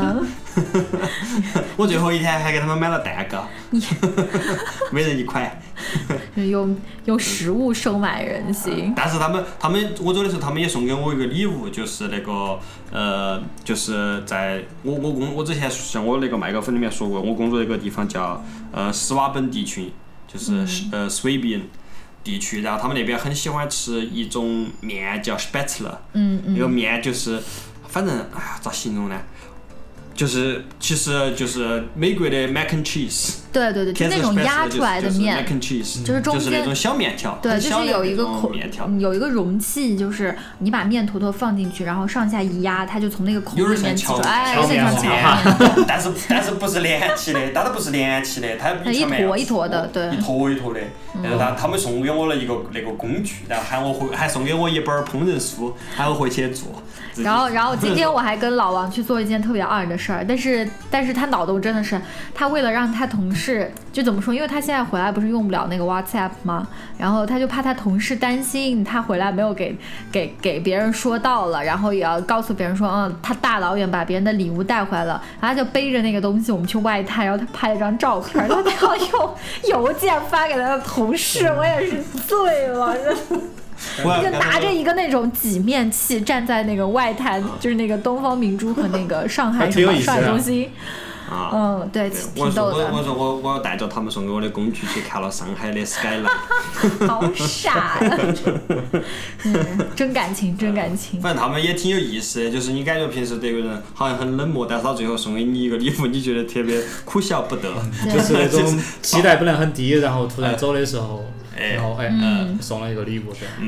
我最后一天还给他们买了蛋糕，每人1块。 用食物收买人心。 但是他们我走的时候，他们也送给我一个礼物，就是那个就是在我之前像我那个麦克风里面说过，我工作的一个地方叫斯瓦本地区，就是Swabian地区，然后他们那边很喜欢吃一种面叫 Spätzle，那个面就是反正哎呀咋形容呢？就是其实就是美国的 mac and cheese， 对，就那种压出来的面， mac and cheese， 就是中间就是那种小面条， 对，就是有一个面条， 有一个容器，就是你把面坨坨放进去，然后上下一压，它就从那个孔里面挤出来，哎，有点像荞面， 但是不是连起的，它都不是连起的，它一坨一坨的，对， 一坨一坨的。然后他们送给我了一个那个工具，然后还送给我一本烹饪书，喊我回去做。 然后今天我还跟老王去做一件特别二的事儿，但是他脑洞真的是，他为了让他同事就怎么说，因为他现在回来不是用不了那个 WhatsApp 吗？然后他就怕他同事担心他回来没有给别人说到了，然后也要告诉别人说，他大老远把别人的礼物带回来了，然后他就背着那个东西我们去外滩，然后他拍了张照片，然后他要用邮件发给他的同事，我也是醉了，就拿着一个那种挤面器站在那个外滩，就是那个东方明珠和那个上海什么上海中心。对，挺逗的。 我说我带着他们送给我的工具去看了上海的 skyline。 好傻呀！真感情。 反正他们也挺有意思的，就是你感觉平时德国人好像很冷漠，但是他最后送给你一个礼物，你觉得特别哭笑不得。 就是那种期待本来很低，然后突然走的时候，然后送了一个礼物，对。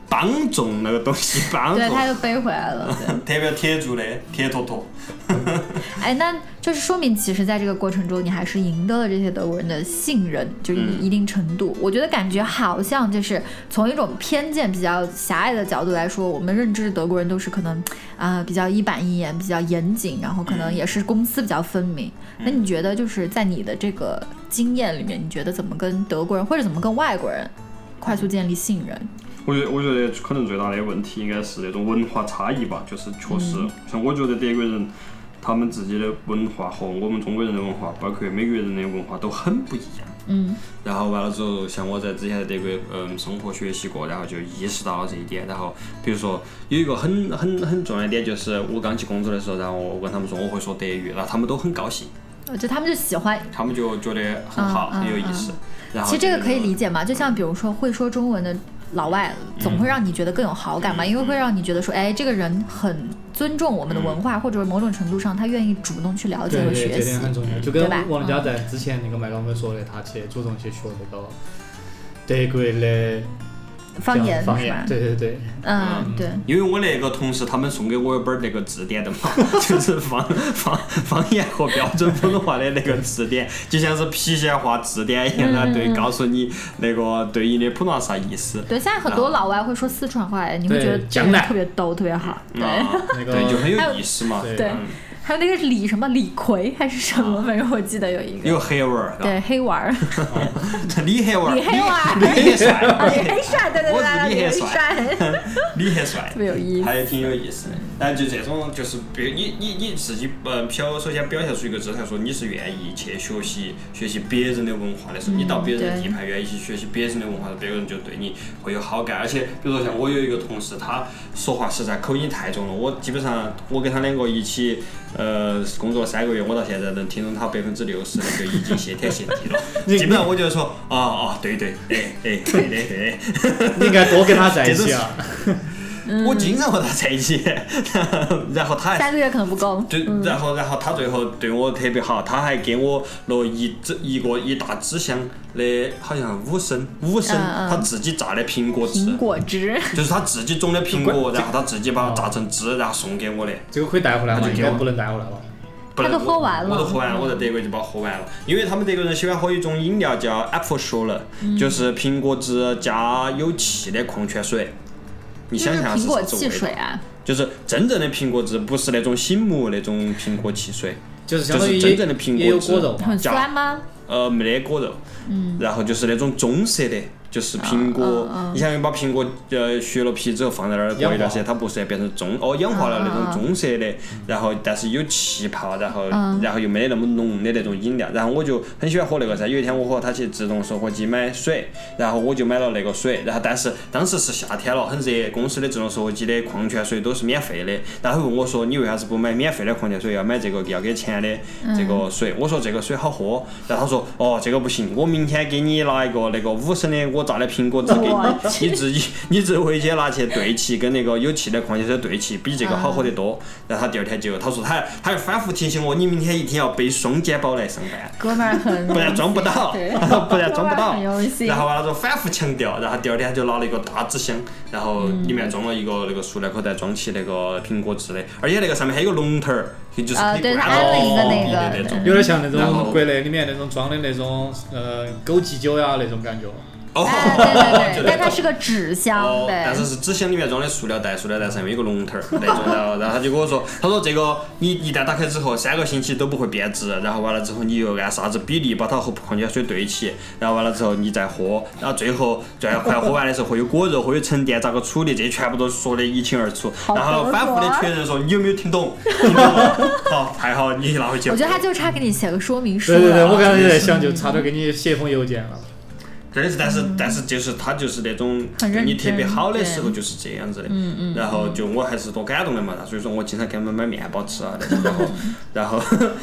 绑重那个东西，绑对， 重， 他又背回来了。对特别铁铸的，铁坨坨。 哎，那就是说明，其实在这个过程中，你还是赢得了这些德国人的信任，就是一定程度。我觉得感觉好像就是从一种偏见比较狭隘的角度来说，我们认知德国人都是可能比较一板一眼，比较严谨，然后可能也是公私比较分明。那你觉得就是在你的这个经验里面，你觉得怎么跟德国人或者怎么跟外国人快速建立信任？ 我觉得可能最大的问题应该是那种文化差异吧，就是确实，像我觉得德国人他们自己的文化和我们中国人的文化，包括美国人的文化都很不一样。然后完了之后，像我在之前在德国生活学习过，然后就意识到了这一点。然后比如说有一个很重要的点，就是我刚去工作的时候，然后我跟他们说我会说德语，然后他们都很高兴。 就他们就喜欢， 他们就觉得很好，很有意思。然后其实这个可以理解嘛，就像比如说会说中文的老外，总会让你觉得更有好感嘛，因为会让你觉得说，哎，这个人很尊重我们的文化，或者某种程度上他愿意主动去了解和学习。 对，这点很重要。就跟王家在之前那个麦老板说的，他去主动去学那个德国的方言， 对， 对。 因为我那个同事他们送给我一本那个字典的嘛，就是方言和标准普通话的那个字典，就像是皮鞋话字典一样的，对，告诉你那个对应的普通话啥意思。 对，现在很多老外会说四川话，你会觉得这个特别逗，特别好。 对，就很有意思嘛。 对。还有那个李什么李逵还是什么，反正我记得有一个。 有黑娃儿。 对，黑娃儿。 李黑娃儿。 李黑娃儿。 李黑帅。 李黑帅，对， 我是李黑帅。 李黑帅。 特别有意思。 还挺有意思的。但就这种，就是比如你自己首先表现出一个姿态，说你是愿意去学习别人的文化的时候，你到别人的地盘愿意去学习别人的文化，别人就对你会有好感。而且比如说像我有一个同事，他说话实在口音太重了，我基本上我跟他两个一起工作了3个月，我到现在能听懂他60%的就已经谢天谢地了。基本上我就说对，对的。 你应该多跟他在一起啊。 我经常和他在一起，然后他还 3个月可能不够。 对，然后他最后对我特别好，他还给我了一大纸箱的，好像5升，他自己榨的苹果汁，就是他自己种的苹果，然后他自己把它榨成汁，然后送给我的。 这个可以带回来吗？应该不能带回来吧？ 他都喝完了。 我都喝完了，我在德国就把它喝完了。因为他们德国人喜欢喝一种饮料叫 Apfelschorle，就是苹果汁加有气的矿泉水。你想象是苹果汽水啊？ 就是真正的苹果汁，不是那种醒目那种苹果汽水， 就是相当于真正的苹果汁。 很酸吗？ 没得果肉。然后就是那种棕色的。就是苹果，你想把苹果削了皮之后放在那儿过一段时间，它不是变成氧化了那种棕色的，然后但是有气泡，然后又没得那么浓的那种饮料，然后我就很喜欢喝那个噻。有一天我和他去自动售货机买水，然后我就买了那个水，然后但是当时是夏天了，很热，公司的自动售货机的矿泉水都是免费的，然后问我说你为啥子不买免费的矿泉水，要买这个要给钱的这个水？我说这个水好喝，然后他说这个不行，我明天给你拿一个那个5升的我榨的苹果汁给你，你自己回去拿去兑气，跟那个有气的矿泉水兑气，比这个好喝得多。然后他第二天他说他还反复提醒我，你明天一定要背双肩包来上班， 哥们儿很， 不然装不到，然后完了之后反复强调，然后第二天就拿了一个大纸箱，然后里面装了一个那个塑料口袋，装起那个苹果汁的，而且那个上面还有个龙头儿，就是可以灌到底的那种， 有点像那种国内里面那种装的那种枸杞酒呀那种感觉。 对，但它是个纸箱，对。 但是纸箱里面装的塑料袋上面有个龙头那种，然后他就跟我说，他说这个你一旦打开之后3个星期都不会变质，然后完了之后你又按啥子比例把它和矿泉水兑起，然后完了之后你再喝，然后最后快喝完的时候会有果肉，会有沉淀，咋个处理，这全部都说得一清二楚，然后反复的确认说你有没有听懂？好，还好你拿回去。 我觉得他就差给你写个说明书。 对，我刚才就在想，就差点给你写封邮件了。 真的是，但是就是他就是那种对你特别好的时候就是这样子的，然后就我还是多感动的嘛，所以说我经常给他们买面包吃啊那种，然后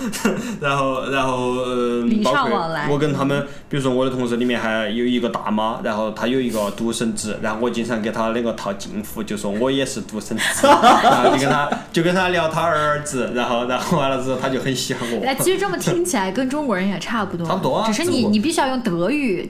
包括我跟他们，比如说我的同事里面还有一个大妈，然后她有一个独生子，然后我经常给她那个套近乎，就说我也是独生子，然后就跟他聊他儿子，然后完了之后他就很喜欢我。 其实这么听起来跟中国人也差不多， 差不多啊， 只是你必须要用德语，就是这个可能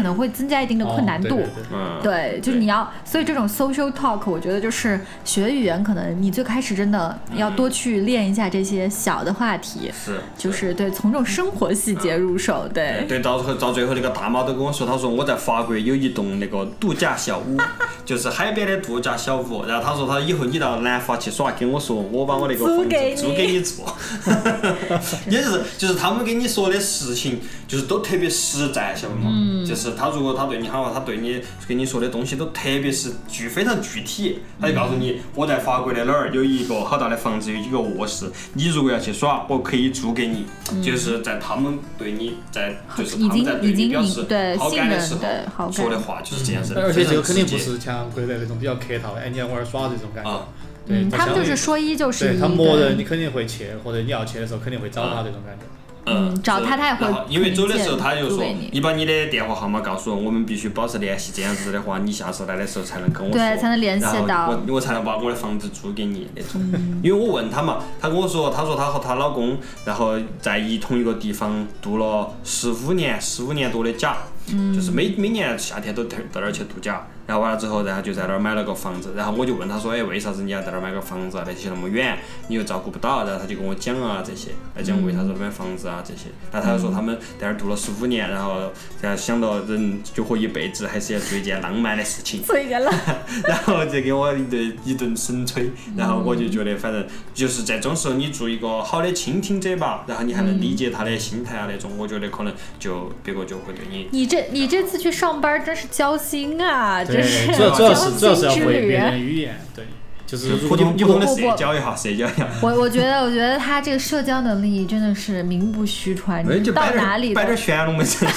能会增加一定的困难度。对，就是你要，所以这种 social talk， 我觉得就是学语言，可能你最开始真的要多去练一下这些小的话题，就是对，从这种生活细节入手，对， 到最后那个大妈都跟我说，他说我在法国有一栋那个度假小屋，就是海边的度假小屋，然后他说他以后你到南法去耍，跟我说我把我那个房子租给你住，也就是他们跟你说的事情，就是都特别实在，晓得吗？就是他如果他对你好，他对你跟你说的东西都特别是非常具体，他就告诉你我在法国的哪儿有一个好大的房子，有几个卧室，你如果要去耍，我可以租给你。就是在他们对你就是他们在对你表示好感的时候说的话，就是这样子的。 而且这个肯定不是像国内那种比较客套的，你来玩耍这种感觉。 他们就是说一就是一。 对，他默认你肯定会去，或者你要去的时候肯定会找他这种感觉。 找他也会。 因为走的时候他就说，你把你的电话号码告诉我，我们必须保持联系，这样子的话，你下次来的时候才能跟我说， 对，才能联系到， 我才能把我的房子租给你那种。因为我问他嘛，他跟我说，他说他和她老公，然后在同一个地方度了15年多的假，就是每年夏天都到那儿去度假。然后完了之后，然后就在那儿买了个房子，然后我就问他说，为啥子你要在那儿买个房子啊？那些那么远，你又照顾不到。然后他就跟我讲啊这些，来讲为啥子买房子啊这些。然后他就说他们在那儿度了15年，然后想到人就活一辈子，还是要做一件浪漫的事情。然后就给我一顿神吹，然后我就觉得反正就是在这种时候，你做一个好的倾听者吧，然后你还能理解他的心态啊那种，我觉得可能就别个就会对你。 你这次去上班真是交心啊！ 对，主要是要会别人语言，对，就是普通的社交一下。 我觉得他这个社交能力真的是名不虚传，到哪里摆点玄龙门阵。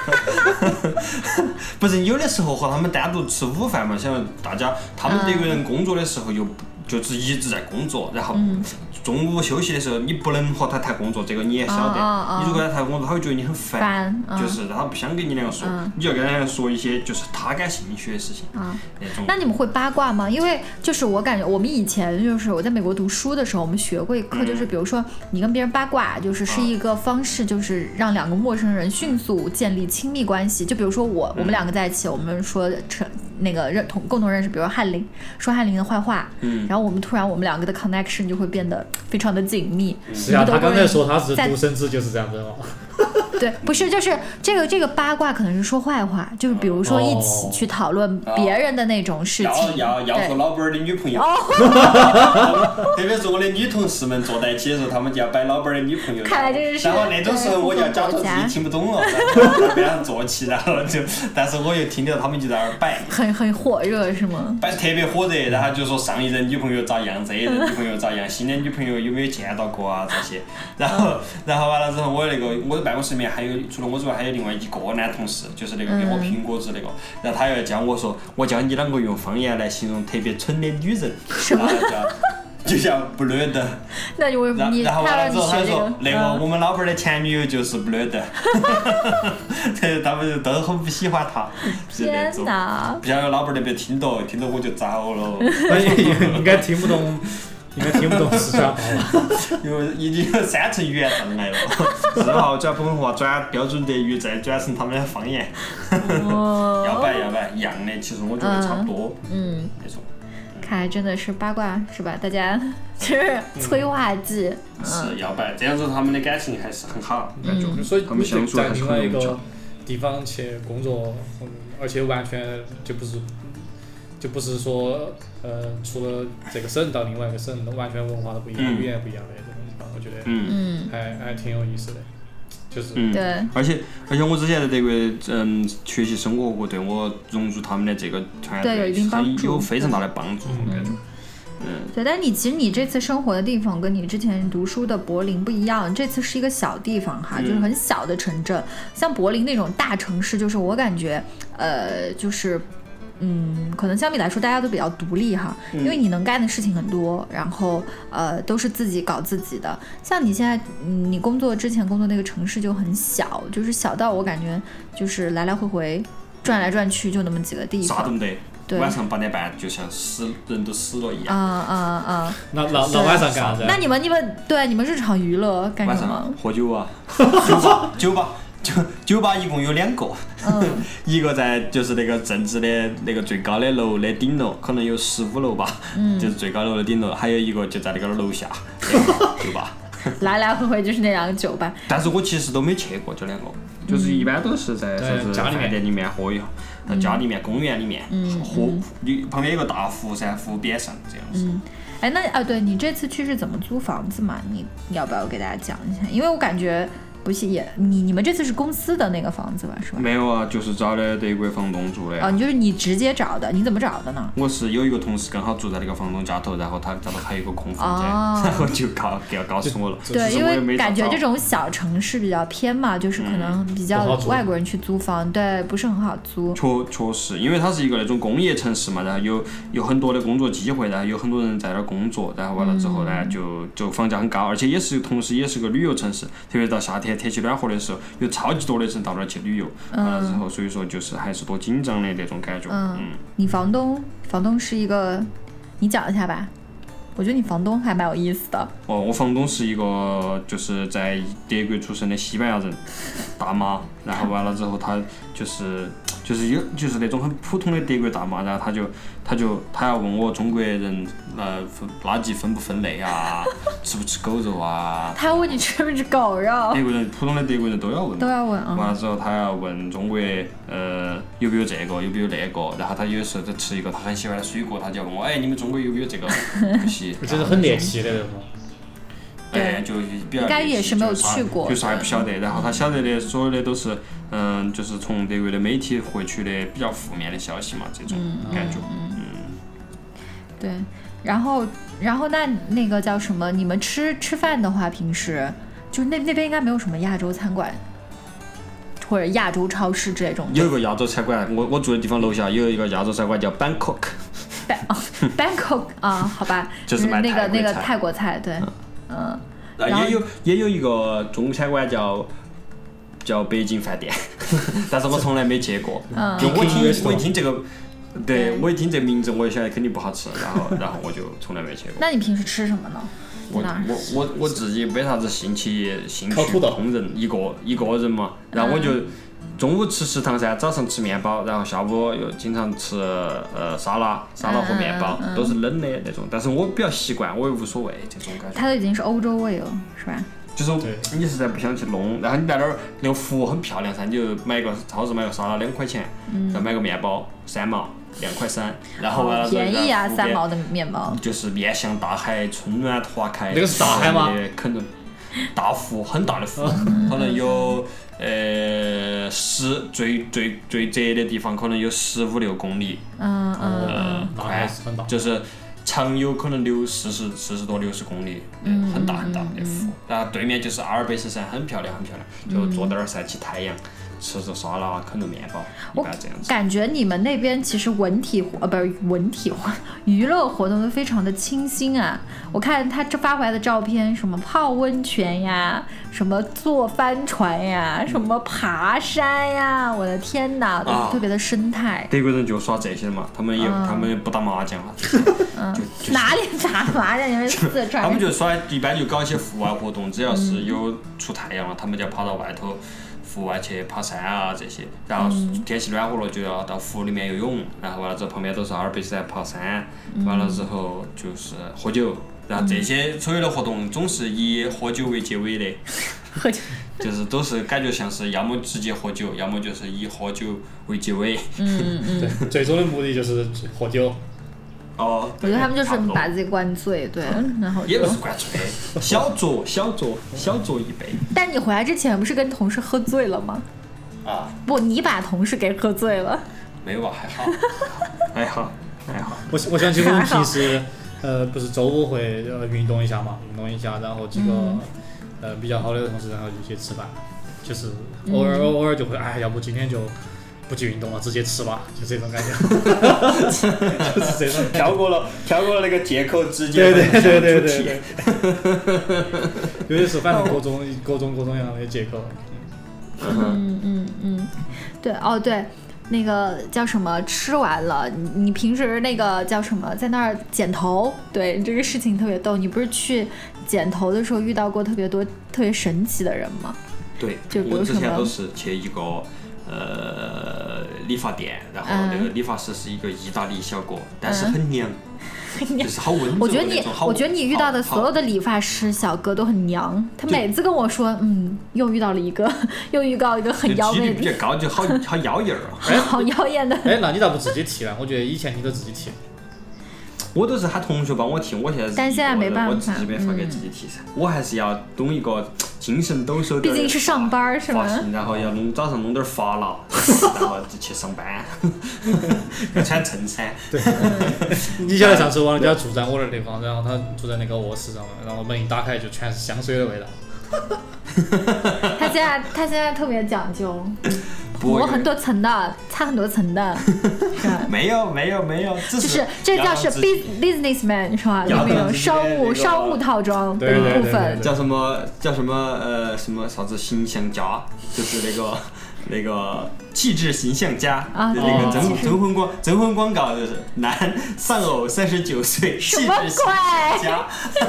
不是有的时候和他们单独吃午饭嘛，像大家他们德国人工作的时候又就是一直在工作，然后中午休息的时候你不能和他谈工作，这个你也晓得。你如果跟他谈工作，他会觉得你很烦，就是他不想跟你两个说，你要跟他说一些就是他感兴趣的事情。那种。 那你们会八卦吗？因为就是我感觉我们以前就是我在美国读书的时候，我们学过一课，就是比如说你跟别人八卦，就是一个方式，就是让两个陌生人迅速建立亲密关系。就比如说我们两个在一起，我们说那个共同认识，比如说翰林，说翰林的坏话，然后我们两个的 connection 就会变得非常的紧密。 是啊，他刚才说他是独生子就是这样子吗？ 对，不是，就是这个八卦可能是说坏话，就是比如说一起去讨论别人的那种事情， 要和老板的女朋友，特别是我的女同事们坐在一起的时候，他们就要摆老板的女朋友， 看来这是， 然后那种时候我就要假装自己听不懂了，然后在边上坐起，然后但是我又听到他们就在那儿摆， 很火热是吗？ 摆特别火热，然后就说上一任女朋友咋样，这一任女朋友咋样，新的女朋友有没有见到过啊这些，然后完了之后，我的办公室里面还有除了我之外还有另外一个男同事，就是那个给我苹果子那个，然后他要教我说，我教你啷个用方言来形容特别蠢的女人， 什么？ 就叫不乐的。 那你为什么你？ 然后完了之后他说，那个个我们老板的前女友就是不乐的，他们都很不喜欢他。 天哪！ 不晓得老板那边听到我就糟了。 应该听不懂。四川话， 因为已经有3层语言障碍了，4号转普通话转标准德语，再转成他们的方言。要摆一样的，其实我觉得差不多。那种。 看来真的是八卦是吧？大家就是催化剂。 是要摆，这样子他们的感情还是很好，感觉。 所以他们相处还是很融洽。 地方去工作，而且完全就不是说除了这个省到另外一个省，完全文化都不一样，语言不一样的这种地方，我觉得还挺有意思的，就是对。 而且我之前在德国学习生活过，对我融入他们的这个团队有非常大的帮助，我感觉。 对，但其实你这次生活的地方跟你之前读书的柏林不一样，这次是一个小地方哈，就是很小的城镇。像柏林那种大城市，就是我感觉就是可能相比来说大家都比较独立哈，因为你能干的事情很多，然后都是自己搞自己的。像你现在你之前工作那个城市就很小，就是小到我感觉就是来来回回转来转去就那么几个地方， 啥都没得。晚上8点半就像人都死了一样。 那晚上干啥子？ 那你们日常娱乐干什么？ 喝酒啊，酒吧。 酒吧一共有2个，一个在就是那个政治的那个最高的楼的顶楼，可能有15楼吧，就是最高楼的顶楼，还有一个就在那个楼下酒吧。 来来回回就是那2个酒吧。 但是我其实都没去过这2个，就是一般都是在饭店里面喝一下，家里面、公园里面，旁边有个大湖噻，湖边上这样子。 哎，那对你这次去是怎么租房子嘛？你要不要给大家讲一下？因为我感觉不是你们这次是公司的那个房子吧，是吧？ 没有啊，就是找的德国房东住的。 哦，就是你直接找的，你怎么找的呢？ 我是有一个同事刚好住在那个房东家头，然后他家头还有一个空房间，然后就告诉我了。 对，因为感觉这种小城市比较偏嘛，就是可能比较外国人去租房，对，不是很好租。 确实，因为它是一个那种工业城市嘛，然后有很多的工作机会，然后有很多人在那儿工作，然后完了之后呢，就房价很高，而且同时也是个旅游城市，特别到夏天天气暖和的时候，有超级多的人到那儿去旅游，完了之后，所以说就是还是多紧张的那种感觉。 你房东是一个，你讲一下吧。我觉得你房东还蛮有意思的。 我房东是一个就是在德国出生的西班牙人大妈，然后完了之后他就是那种很普通的德国大妈，然后他要问我中国人垃圾分不分类啊，吃不吃狗肉啊。 他要问你吃不吃狗肉。 普通的德国人都要问。完了之后他要问中国有没有这个有没有那个，然后他有时候就吃一个他很喜欢的水果，他就要问我你们中国有没有这个东西。 这是很猎奇的那种。 就比较应该也是没有去过， 就啥也不晓得。然后他晓得的所有的都是就是从德国的媒体获取的比较负面的消息嘛，这种感觉。 对，然后那个叫什么？你们吃饭的话，平时就是那边应该没有什么亚洲餐馆或者亚洲超市这种。 有一个亚洲餐馆，我住的地方楼下有一个亚洲餐馆叫 Bangkok 啊，好吧， 就是卖那个泰国菜，对， 也有一个中餐馆叫北京饭店，但是我从来没去过。就我一听这个，对我一听这名字，我就晓得肯定不好吃，然后我就从来没去过。 那你平时吃什么呢？ 我自己没啥子兴趣烹饪，一个人嘛，然后我就中午吃食堂噻，早上吃面包，然后下午又经常吃沙拉和面包，都是冷的那种。但是我比较习惯，我也无所谓这种感觉。 它都已经是欧洲味了，是吧？ 就是你实在不想去弄，然后你在那儿那个服务很漂亮噻，你就超市买个沙拉2块钱，再买个面包3毛2块3，然后完了便宜啊，3毛的面包。 就是面向大海，春暖花开。 那个是大海吗？ 可能大湖，很大的湖，可能有最窄的地方可能有15-16公里，宽，就是长有可能40多60公里，很大的湖。然后对面就是阿尔卑斯山，很漂亮，就坐在那儿晒起太阳，吃着沙拉，啃着面包，一般这样子。 感觉你们那边其实娱乐活动都非常的清新啊！我看他这发回来的照片，什么泡温泉呀，什么坐帆船呀，什么爬山呀，我的天哪，都特别的生态。 德国人就耍这些嘛，他们不打麻将啊。 哪里打麻将？因为四川。 他们就一般就搞一些户外活动，只要是有出太阳了，他们就要跑到外头。户外去爬山啊这些，然后天气暖和了就要到湖里面游泳，然后完了之后旁边都是阿尔卑斯山爬山，完了之后就是喝酒，然后这些所有的活动总是以喝酒为结尾的， 喝酒就是都是感觉像是要么直接喝酒，要么就是以喝酒为结尾。 对，最终的目的就是喝酒。 我觉得他们就是把自己灌醉，对，然后也不是灌醉，小酌一杯。 但你回来之前不是跟同事喝醉了吗？不，你把同事给喝醉了。 没有啊，还好。 我想起我们平时不是周五会运动一下，然后几个比较好的同事，然后一起吃饭，就是偶尔就会要不今天就不去运动了，直接吃吧，就这种感觉。就是这种跳过了那个借口，直接对。有些时候反正各种样的借口。 对，那个叫什么？吃完了，你平时那个叫什么？在那儿剪头？对，这个事情特别逗。你不是去剪头的时候遇到过特别多特别神奇的人吗？ 对， 就比如我之前什么都是去一个理发店，然后那个理发师是一个意大利小哥，但是很娘。就是好温柔我觉得的那种。 我觉得你遇到的所有的理发师小哥都很娘，他每次跟我说，又遇到了一个，又遇到一个很妖几率媚的， 比较高，就好妖艳啊。 好妖艳的。 哎，那你咋不自己剃呢？我觉得以前你都自己剃。 我都是喊同学帮我剃，我现在是但现在没办法我自己没法给自己剃噻。我还是要懂一个精神抖擞。 毕竟是上班是吗？ 然后要早上弄点发蜡，然后就去上班，要穿衬衫。 对。你晓得上次王家住在我那地方，然后他住在那个卧室上面，然后门一打开就全是香水的味道。 他现在特别讲究。磨很多层的，擦很多层的，是吧？ 没有， 就是这叫是 businessman 是吧？那种商务套装的一部分。 叫什么什么啥子形象家，就是那个气质形象家，那个征婚广告就是男丧偶39岁，气质形象家。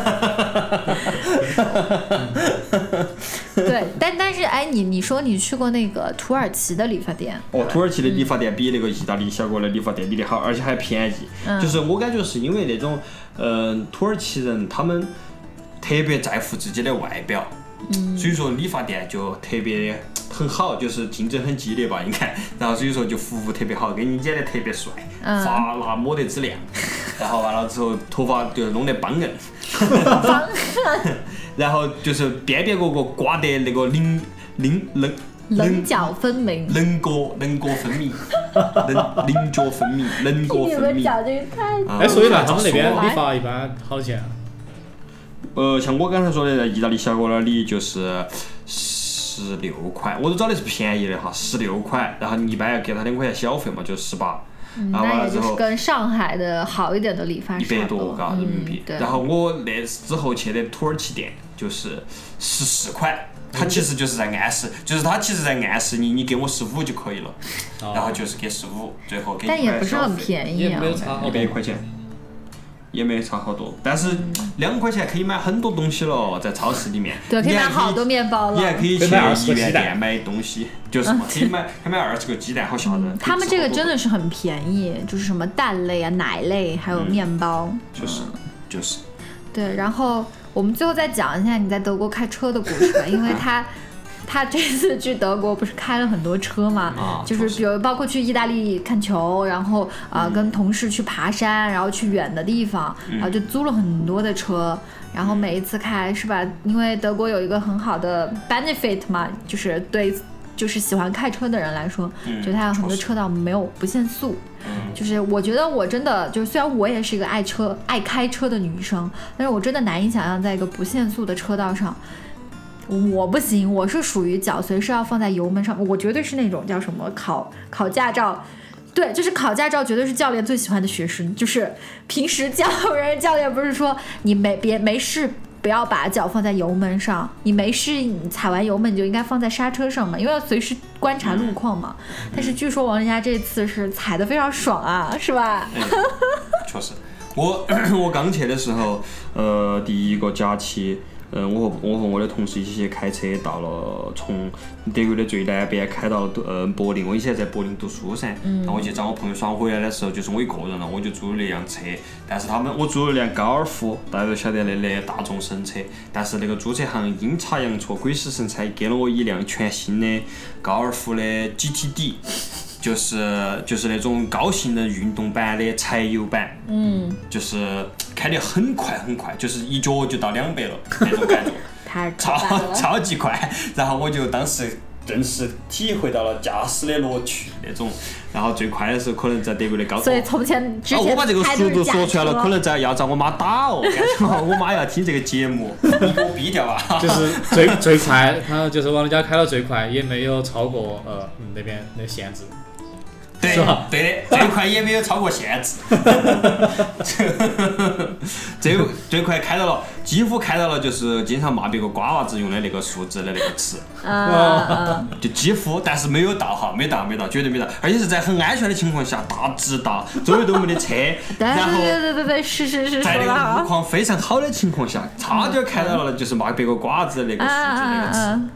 对，但是哎，你说你去过那个土耳其的理发店？ 土耳其的理发店比那个意大利小哥的理发店理得好，而且还便宜。就是我感觉是因为那种土耳其人他们特别在乎自己的外表，所以说理发店就特别很好，就是竞争很激烈吧，应该。然后所以说就服务特别好，给你剪得特别帅，发蜡抹得之亮，然后完了之后头发就弄得邦硬，然后就是边边角刮得那个棱角分明， 棱角分明，棱角分明，棱角分明。 讲这个太…… 哎，所以呢，他们那边理发一般好钱啊？ 像我刚才说的，在意大利小哥那里就是16块，我都找的是便宜的哈，16块，然后你一般要给他2块钱小费嘛，就18。 那也就是跟上海的好一点的理发师 100多嘎人民币。然后我那之后去的土耳其店就是14块。他其实就是在暗示，你给我15就可以了，然后就是给15，最后给1块小费。 但也不是很便宜啊， 也没有差 100块钱，也没差好多。但是2块钱可以买很多东西了，在超市里面。 对，可以买好多面包了。 你还可以去一元店买东西，就是嘛，可以买20个鸡蛋，好吓人。 他们这个真的是很便宜，就是什么蛋类啊、奶类，还有面包。 就是。 对，然后我们最后再讲一下你在德国开车的故事吧，因为他这次去德国不是开了很多车嘛，就是比如包括去意大利看球，然后跟同事去爬山，然后去远的地方，然后就租了很多的车，然后每一次开是吧？因为德国有一个很好的 benefit 嘛，就是对就是喜欢开车的人来说，就它有很多车道没有不限速。就是我觉得我真的就是虽然我也是一个爱开车的女生，但是我真的难以想象在一个不限速的车道上，我不行，我是属于脚随时要放在油门上，我绝对是那种叫什么考驾照，对，就是考驾照绝对是教练最喜欢的学识，就是平时教练不是说你没事不要把脚放在油门上，你没事你踩完油门你就应该放在刹车上嘛，因为要随时观察路况嘛。但是据说王人家这次是踩得非常爽啊，是吧？ 确实，我刚去的时候，第一个假期，我和我的同事一起去开车，到了从德国的最南边开到了柏林。我以前在柏林读书噻，然后我去找我朋友耍，回来的时候就是我一个人了，我就租了一辆车。但是我租了辆高尔夫，大家都晓得那大众神车。但是那个租车行阴差阳错、鬼使神差给了我一辆全新的高尔夫的 GTD。就是那种高性能运动版的柴油版，就是开得很快，就是一脚就到200了那种感觉，超级快。然后我就当时正式体会到了驾驶的乐趣那种。然后最快的时候可能在德国的高速， 所以之前我把这个速度说出来了，可能要找我妈打哦，我妈要听这个节目，你给我逼掉啊！ 就是最快，他就是往人家开到最快，也没有超过那边的限制。 对的，最快也没有超过限制，最快开到了，几乎开到了，就是经常骂别个瓜娃子用的那个数字的那个词，就几乎，但是没有到哈，没到，绝对没到，而且是在很安全的情况下，大直道，周围都没得车，然后对，是， 在那个路况非常好的情况下，差点开到了就是骂别个瓜娃子的那个数字那个词。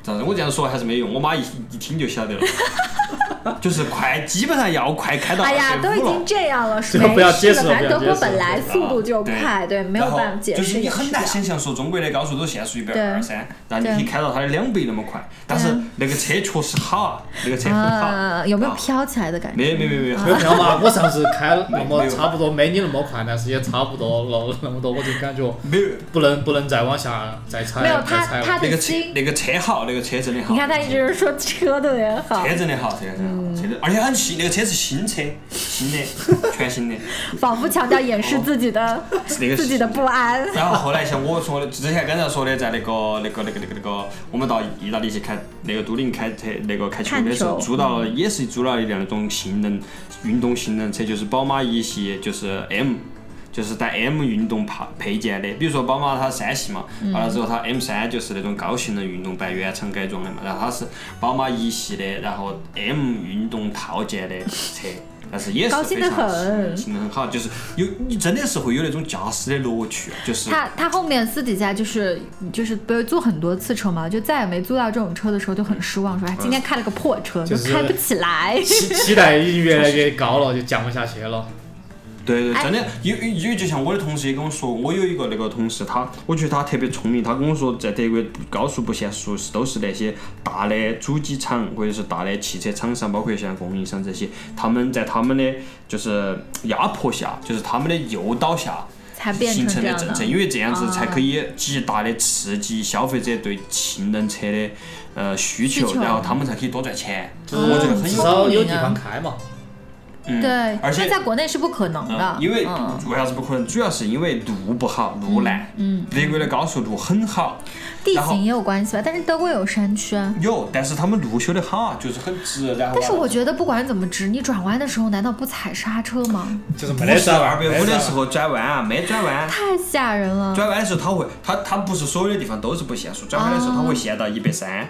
但是我这样说还是没用，我妈一听就晓得了。就是快，基本上要快开到25了。 哎呀，都已经这样了，没事不要解释的，反正德国本来了速度就快，对，没有办法解释。 就是你很难想象说中国的高速都限速120-130，但你可以开到它的2倍那么快。但是那个车确实好，那个车很好。 有没有飘起来的感觉？ 没有。 没有飘嘛，我上次开那么差不多没你那么快，但是也差不多了那么多，我就感觉没有， 不能再往下再踩。 没有他的心， 那个车好，那个车真的好。 你看他一直说车特别好。 车真的好，而且很新，那个车是新车，新的，全新的。 仿佛强调掩饰自己的不安。 然后后来像我说的，之前刚才说的，在那个，我们到意大利去开那个都灵开车，那个开球的时候，租了一辆那种运动性能车，就是宝马一系，就是 M。就是带 M 运动配件的，比如说宝马它3系嘛，完了之后它 M3就是那种高性能运动版原厂改装的嘛，然后它是宝马一系的，然后 M 运动套件的车，但是也是非常性能很好，就是真的是会有那种驾驶的乐趣，就是他后面私底下就是不是租很多次车嘛，就再也没租到这种车的时候就很失望，说今天开了个破车，就开不起来， 期待已经越来越高了，就降不下去了。 对，真的有就像我的同事也跟我说，我有一个那个同事，我觉得他特别聪明，他跟我说，在德国高速不限速都是那些大的主机厂或者是大的汽车厂商，包括像供应商这些，他们在他们的就是压迫下，就是他们的诱导下形成的政策，因为这样子才可以极大的刺激消费者对性能车的需求，然后他们才可以多赚钱。我觉得很至少有地方开嘛。 对， 而且在国内是不可能的， 因为为啥子不可能？主要是因为路不好，路烂。德国的高速路很好， 地形也有关系吧？但是德国有山区啊。 有，但是他们路修得好，就是很直，然后。 但是我觉得不管怎么直，你转弯的时候难道不踩刹车吗？ 就是没得转 250的时候转弯啊，没转弯。 太吓人了。 转弯的时候它不是所有的地方都是不限速，转弯的时候它会限到130。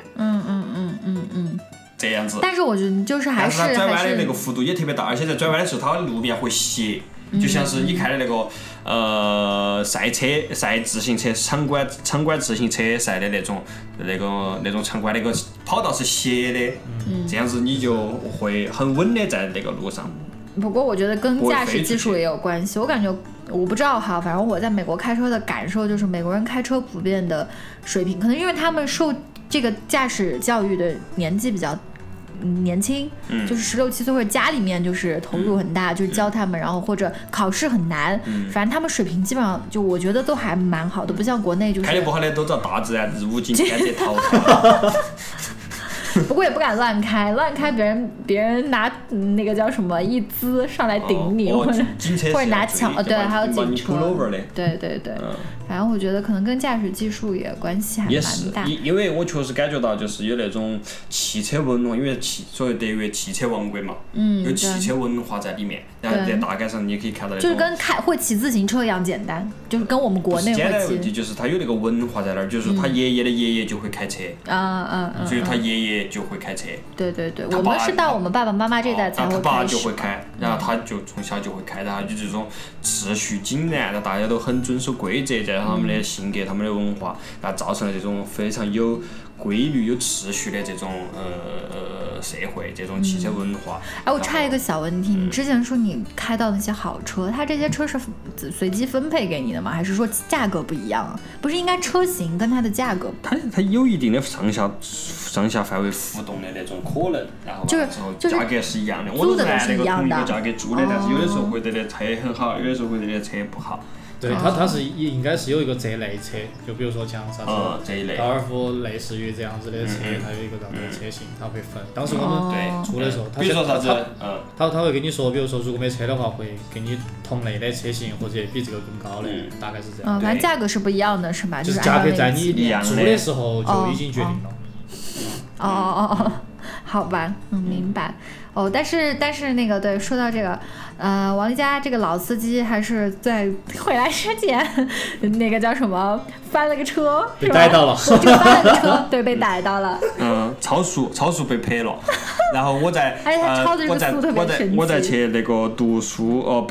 这样子， 但是我觉得就是还是它转弯的那个幅度也特别大，而且在转弯的时候，它路面会斜，就像是你开的那个赛自行车场馆自行车赛的那种场馆，那个跑道是斜的，这样子你就会很稳的在那个路上。 不过我觉得跟驾驶技术也有关系，我感觉我不知道哈，反正我在美国开车的感受就是美国人开车普遍的水平，可能因为他们受这个驾驶教育的年纪比较年轻，就是16、17岁，或者家里面就是投入很大，就是教他们，然后或者考试很难，反正他们水平基本上就我觉得都还蛮好的，不像国内就是开得不好的都找大自然物竞天择淘汰。 不过也不敢乱开别人拿那个叫什么一资上来顶你，或者拿枪，对，还有警车，对，反正我觉得可能跟驾驶技术也关系还蛮大。 因为我确实感觉到就是有那种汽车文化，因为所谓德国汽车王国嘛，有汽车文化在里面，然后在大街上你也可以看到那种， 就是跟会骑自行车一样简单，就是跟我们国内会骑。 简单的问题就是他有那个文化在那儿，就是他爷爷的爷爷就会开车，所以他爷爷就会开车。 对，我们是到我们爸爸妈妈这代才会开始。 他爸就会开，然后他就从小就会开，然后就这种秩序井然，大家都很遵守规则，加上他们的性格、他们的文化，然后造成了这种非常有规律、有秩序的这种社会，这种汽车文化。 我插一个小问题，你之前说你开到那些好车，它这些车是随机分配给你的吗？还是说价格不一样啊？不是应该车型跟它的价格？ 它有一定的上下范围浮动的那种可能，然后就是价格是一样的。 租的都是一样的。 我都是按那个同一个价格租的，但是有的时候会得的车很好，有的时候会得的车不好。 对，它是应该是有一个这类车，就比如说像啥子高尔夫，类似于这样子的车，它有一个这样的车型，它会分。当时我们出的时候， 比如说啥子， 他会跟你说，比如说如果没车的话，会给你同类的车型或者比这个更高的，大概是这样。 反正价格是不一样的，是吧？ 就是价格在你租的时候就已经决定了。 好吧，明白。但是那个对，说到这个，王丽佳这个老司机还是在回来之前，那个叫什么翻了个车， 被逮到了， 就翻了个车，对，被逮到了。 超速被拍了，然后我在他超的这个速度特别神奇。 我在去那个读书，不是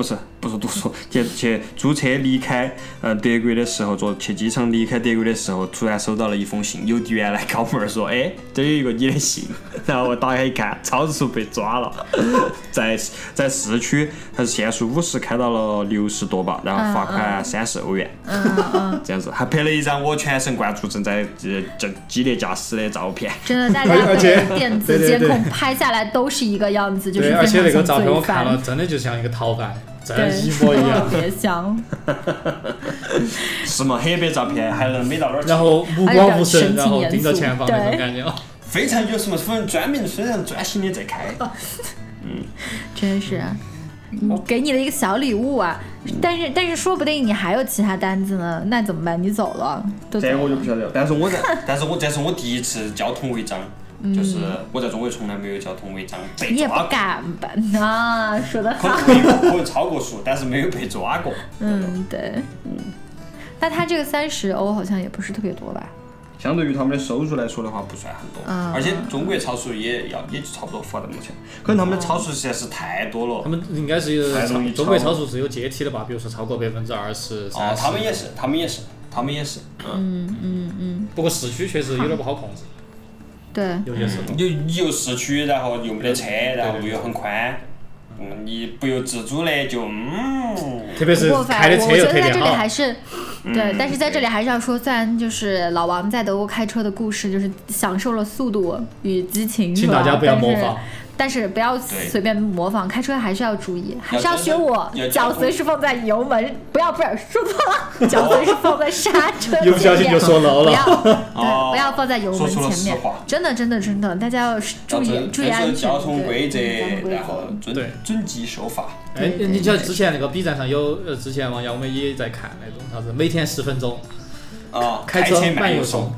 不是读书，去租车离开德国的时候，去机场离开德国的时候，突然收到了一封信，邮递员来敲门说：“哎，这有一个你的信。”然后我打开一看，超速被抓了，在市区，它是限速50开到了60多吧，然后罚款30欧元。这样子，还拍了一张我全神贯注正在激烈驾驶的照片。 真的，大家被电子监控拍下来都是一个样子，就是而且那个照片我非常像罪犯看了，真的就像一个逃犯，真一模一样， 特别像。 是嘛？黑白照片还能美到哪儿去？ 然后目光无神，然后盯着前方那种感觉。 非常有什么专心的在开。 真是。给你了一个小礼物啊，但是说不定你还有其他单子呢，那怎么办？你走了，都走了。 这我就不晓得了。这是我第一次交通违章，就是我在中国从来没有交通违章被抓过。 你也不敢办啊，说得好。 可能超过速，但是没有被抓过。 对。那他这个30欧好像也不是特别多吧？ 相对于他们的收入来说的话，不算很多，而且中国超速也就差不多罚那么钱。可能他们的超速实在是太多了。 他们应该是中国超速是有阶梯的吧？比如说超过20%、30%。 哦，他们也是。 不过市区确实有点不好控制。 对。 有些时候。 又市区，然后又没得车，然后路又很宽。你不由自主的就特别是开的车又特别好。我觉得在这里还是对，但是在这里还是要说，虽然就是老王在德国开车的故事，就是享受了速度与激情， 请大家不要模仿。 但是不要随便模仿，开车还是要注意，还是要学我，脚随时放在油门，不是说错了，脚随时放在刹车前面， 一不小心就说漏了， 不要放在油门前面，真的，大家要注意安全， 交通规则，然后遵纪守法。 哎，你像之前那个 B 站上有，之前王瑶我们也在看那种啥子，每天10分钟，开车慢悠松，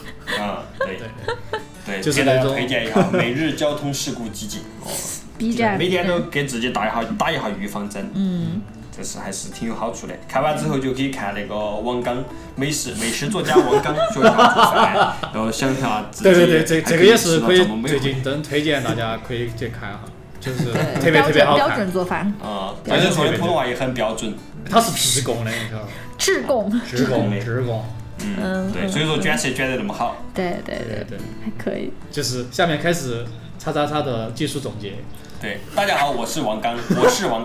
对， 就是那种推荐一下每日交通事故集锦。 B 站每天都给自己打一下预防针。这是还是挺有好处的。看完之后就可以看那个王刚美食作家王刚学一下做饭，然后想一下自己。 对，这个也是可以最近真推荐大家可以去看一下，就是特别好看。 标准做饭。 而且说的普通话也很标准。 他是职工的，你知道吗？职工。 对，所以说卷舌卷得那么好。 对，还可以。 就是下面开始叉的技术总结。 对，大家好，我是王刚。 对，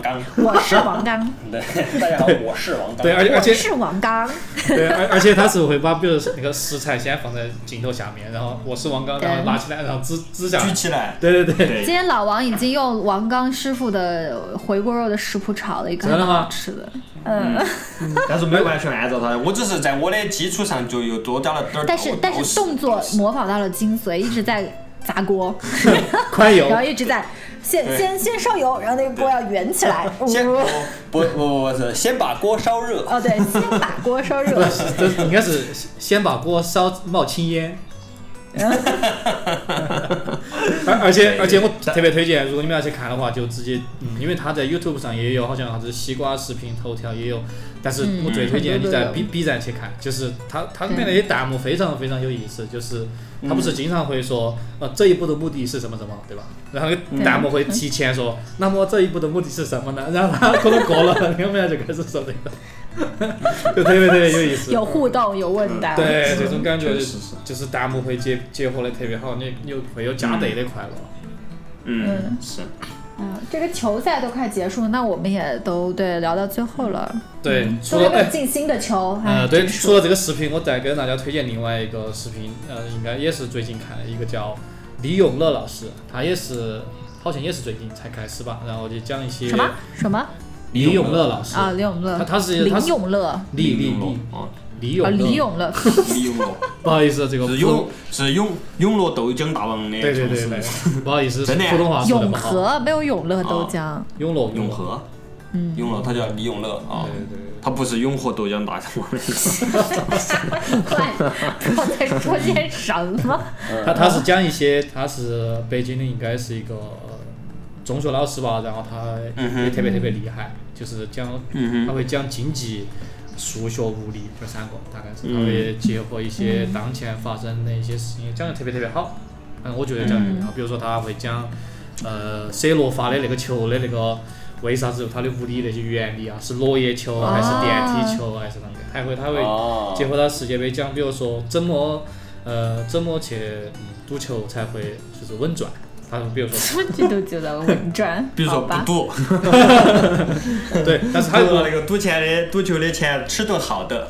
大家好，我是王刚。 对，而且是王刚。 对，而且他是会把比如那个食材先放在镜头下面，然后我是王刚，然后拿起来，然后指下来， 举起来。 对。 今天老王已经用王刚师傅的回锅肉的食谱炒了一个很好吃的。 但是没有完全按照他的，我只是在我的基础上就又多加了点。 但是动作模仿到了精髓，一直在砸锅， 宽油， 然后一直在先烧油，然后那个锅要圆起来。 不是先把锅烧热。 哦，对，先把锅烧热。 这应该是先把锅烧冒青烟。而且我特别推荐，如果你们要去看的话，就直接因为他在 YouTube 上也有，好像啥子西瓜视频头条也有，但是我最推荐你在 B 站去看，就是他里面那些弹幕非常非常有意思，就是他不是经常会说这一步的目的是什么什么，对吧？然后弹幕会提前说，那么这一步的目的是什么呢？然后他可能过了2秒就开始说这个。就特别有意思， 有互动有问答， 对，这种感觉就是弹幕会结合的特别好，你会有加倍的快乐。 是。 这个球赛都快结束，那我们也都聊到最后了。 对， 除了进新的球， 对，除了这个视频，我再跟大家推荐另外一个视频，应该也是最近看的一个叫李永乐老师，他也是好像也是最近才开始吧，然后就讲一些什么。 李永乐老师李永乐， 他是林永乐， 李永乐，不好意思，这个是永乐豆浆大王的， 对，不好意思，普通话说的不好。 永和没有永乐豆浆， 永和， 永乐，他叫李永乐啊， 对， 他不是永和豆浆大王。 我在说些什么？ 他是讲一些，他是北京的，应该是一个中学老师吧，然后他也特别厉害，就是讲他会讲经济、数学、物理这3个，大概是他会结合一些当前发生的一些事情，讲得特别好。我觉得讲得特别好。比如说他会讲C罗发的那个球的那个为啥子它的物理那些原理啊，是落叶球还是电梯球还是啷个？它会结合到世界杯讲，比如说怎么去赌球才会就是稳赚。他比如说什么剧都觉得稳赚， 比如说不赌， 对，但是他有那个赌球的钱吃顿好的。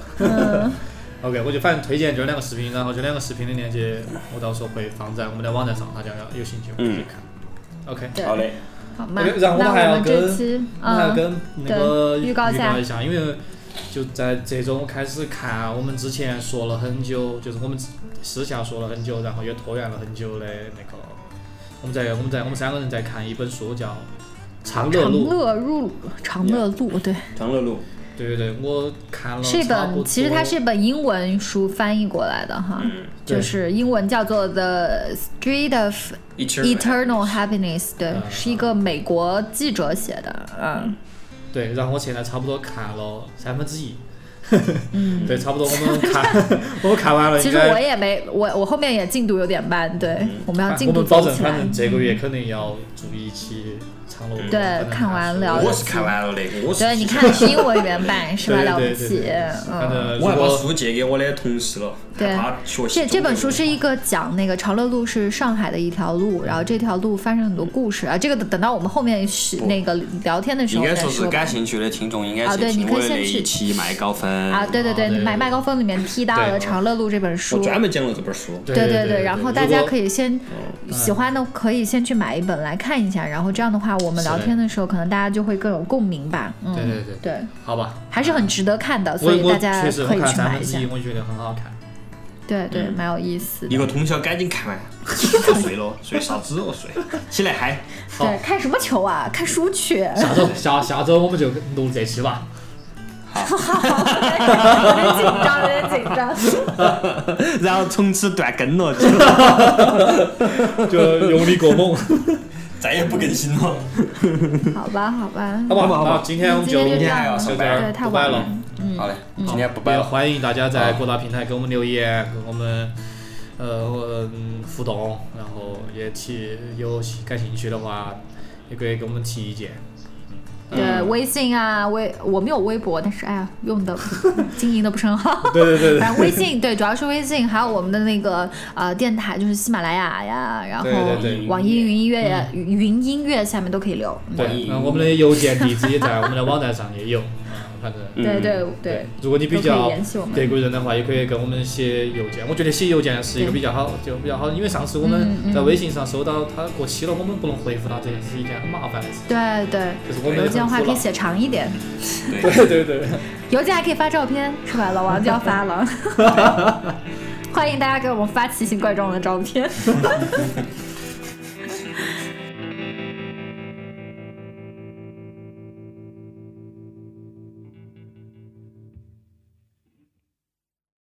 OK， 我就反正推荐这两个视频，然后这两个视频的链接我到时候会放在我们的网站上，大家有兴趣可以看。OK， 好嘞。 好嘛， 然后我们还要跟那个预告一下，因为就在这周开始看，我们之前说了很久，就是我们私下说了很久，然后也拖延了很久的那个，我们3个人在看一本书叫《长乐路》。 长乐路，对。 长乐路。 对，我看了。 是一本，其实它是一本英文书翻译过来的哈，就是英文叫做 The Street of Eternal Happiness， 对，是一个美国记者写的， 对，然后我现在差不多看了1/3。对，差不多我看完了。 其实我也没，我后面也进度有点慢，对，我们要进度走起来。我们保证， 反正这个月肯定要注意起长乐路。 对，看完了。 我是看完了的。 对，你看的是英文原版是吧？了不起。 我还把书借给我的同事了。 对，这本书是一个讲那个长乐路是上海的一条路，然后这条路发生很多故事啊。这个等到我们后面那个聊天的时候再说。 应该说是感兴趣的听众应该先听我的那一期麦高芬啊，对，麦高芬里面提到了长乐路这本书， 我专门讲了这本书。 对，然后大家可以先喜欢的可以先去买一本来看一下，然后这样的话我们聊天的时候可能大家就会更有共鸣吧。对， 好吧， 还是很值得看的，所以大家可以去买一下。 我觉得很好看。 对，蛮有意思的。 一个通宵赶紧看完，睡了，睡啥子哦睡，起来嗨。 对，看什么球啊？看书去。 下周我们就录这期吧。 好，有点紧张。 然后从此断更了， 就用力过猛， 再也不更新了。 好吧。 好，今天我们就还要上班， 太晚了。 好嘞，今天不拜了。 欢迎大家在各大平台给我们留言，跟我们互动，然后也有感兴趣的话，也可以给我们提意见。 对，微信啊，我没有微博，但是用的经营的不是很好。 对。 反正微信，对，主要是微信，还有我们的那个电台，就是喜马拉雅呀，然后网易云音乐呀、云音乐下面都可以留。 对，我们的邮件地址也在我们的网站上也有。反正对， 如果你比较德国人的话，也可以跟我们写邮件。我觉得写邮件是一个比较好，因为上次我们在微信上收到它过期了，我们不能回复它，这是一件很麻烦的事情。 对， 就是我们邮件的话可以写长一点。 对。 邮件还可以发照片，是吧？老王就要发了。欢迎大家给我们发奇形怪状的照片。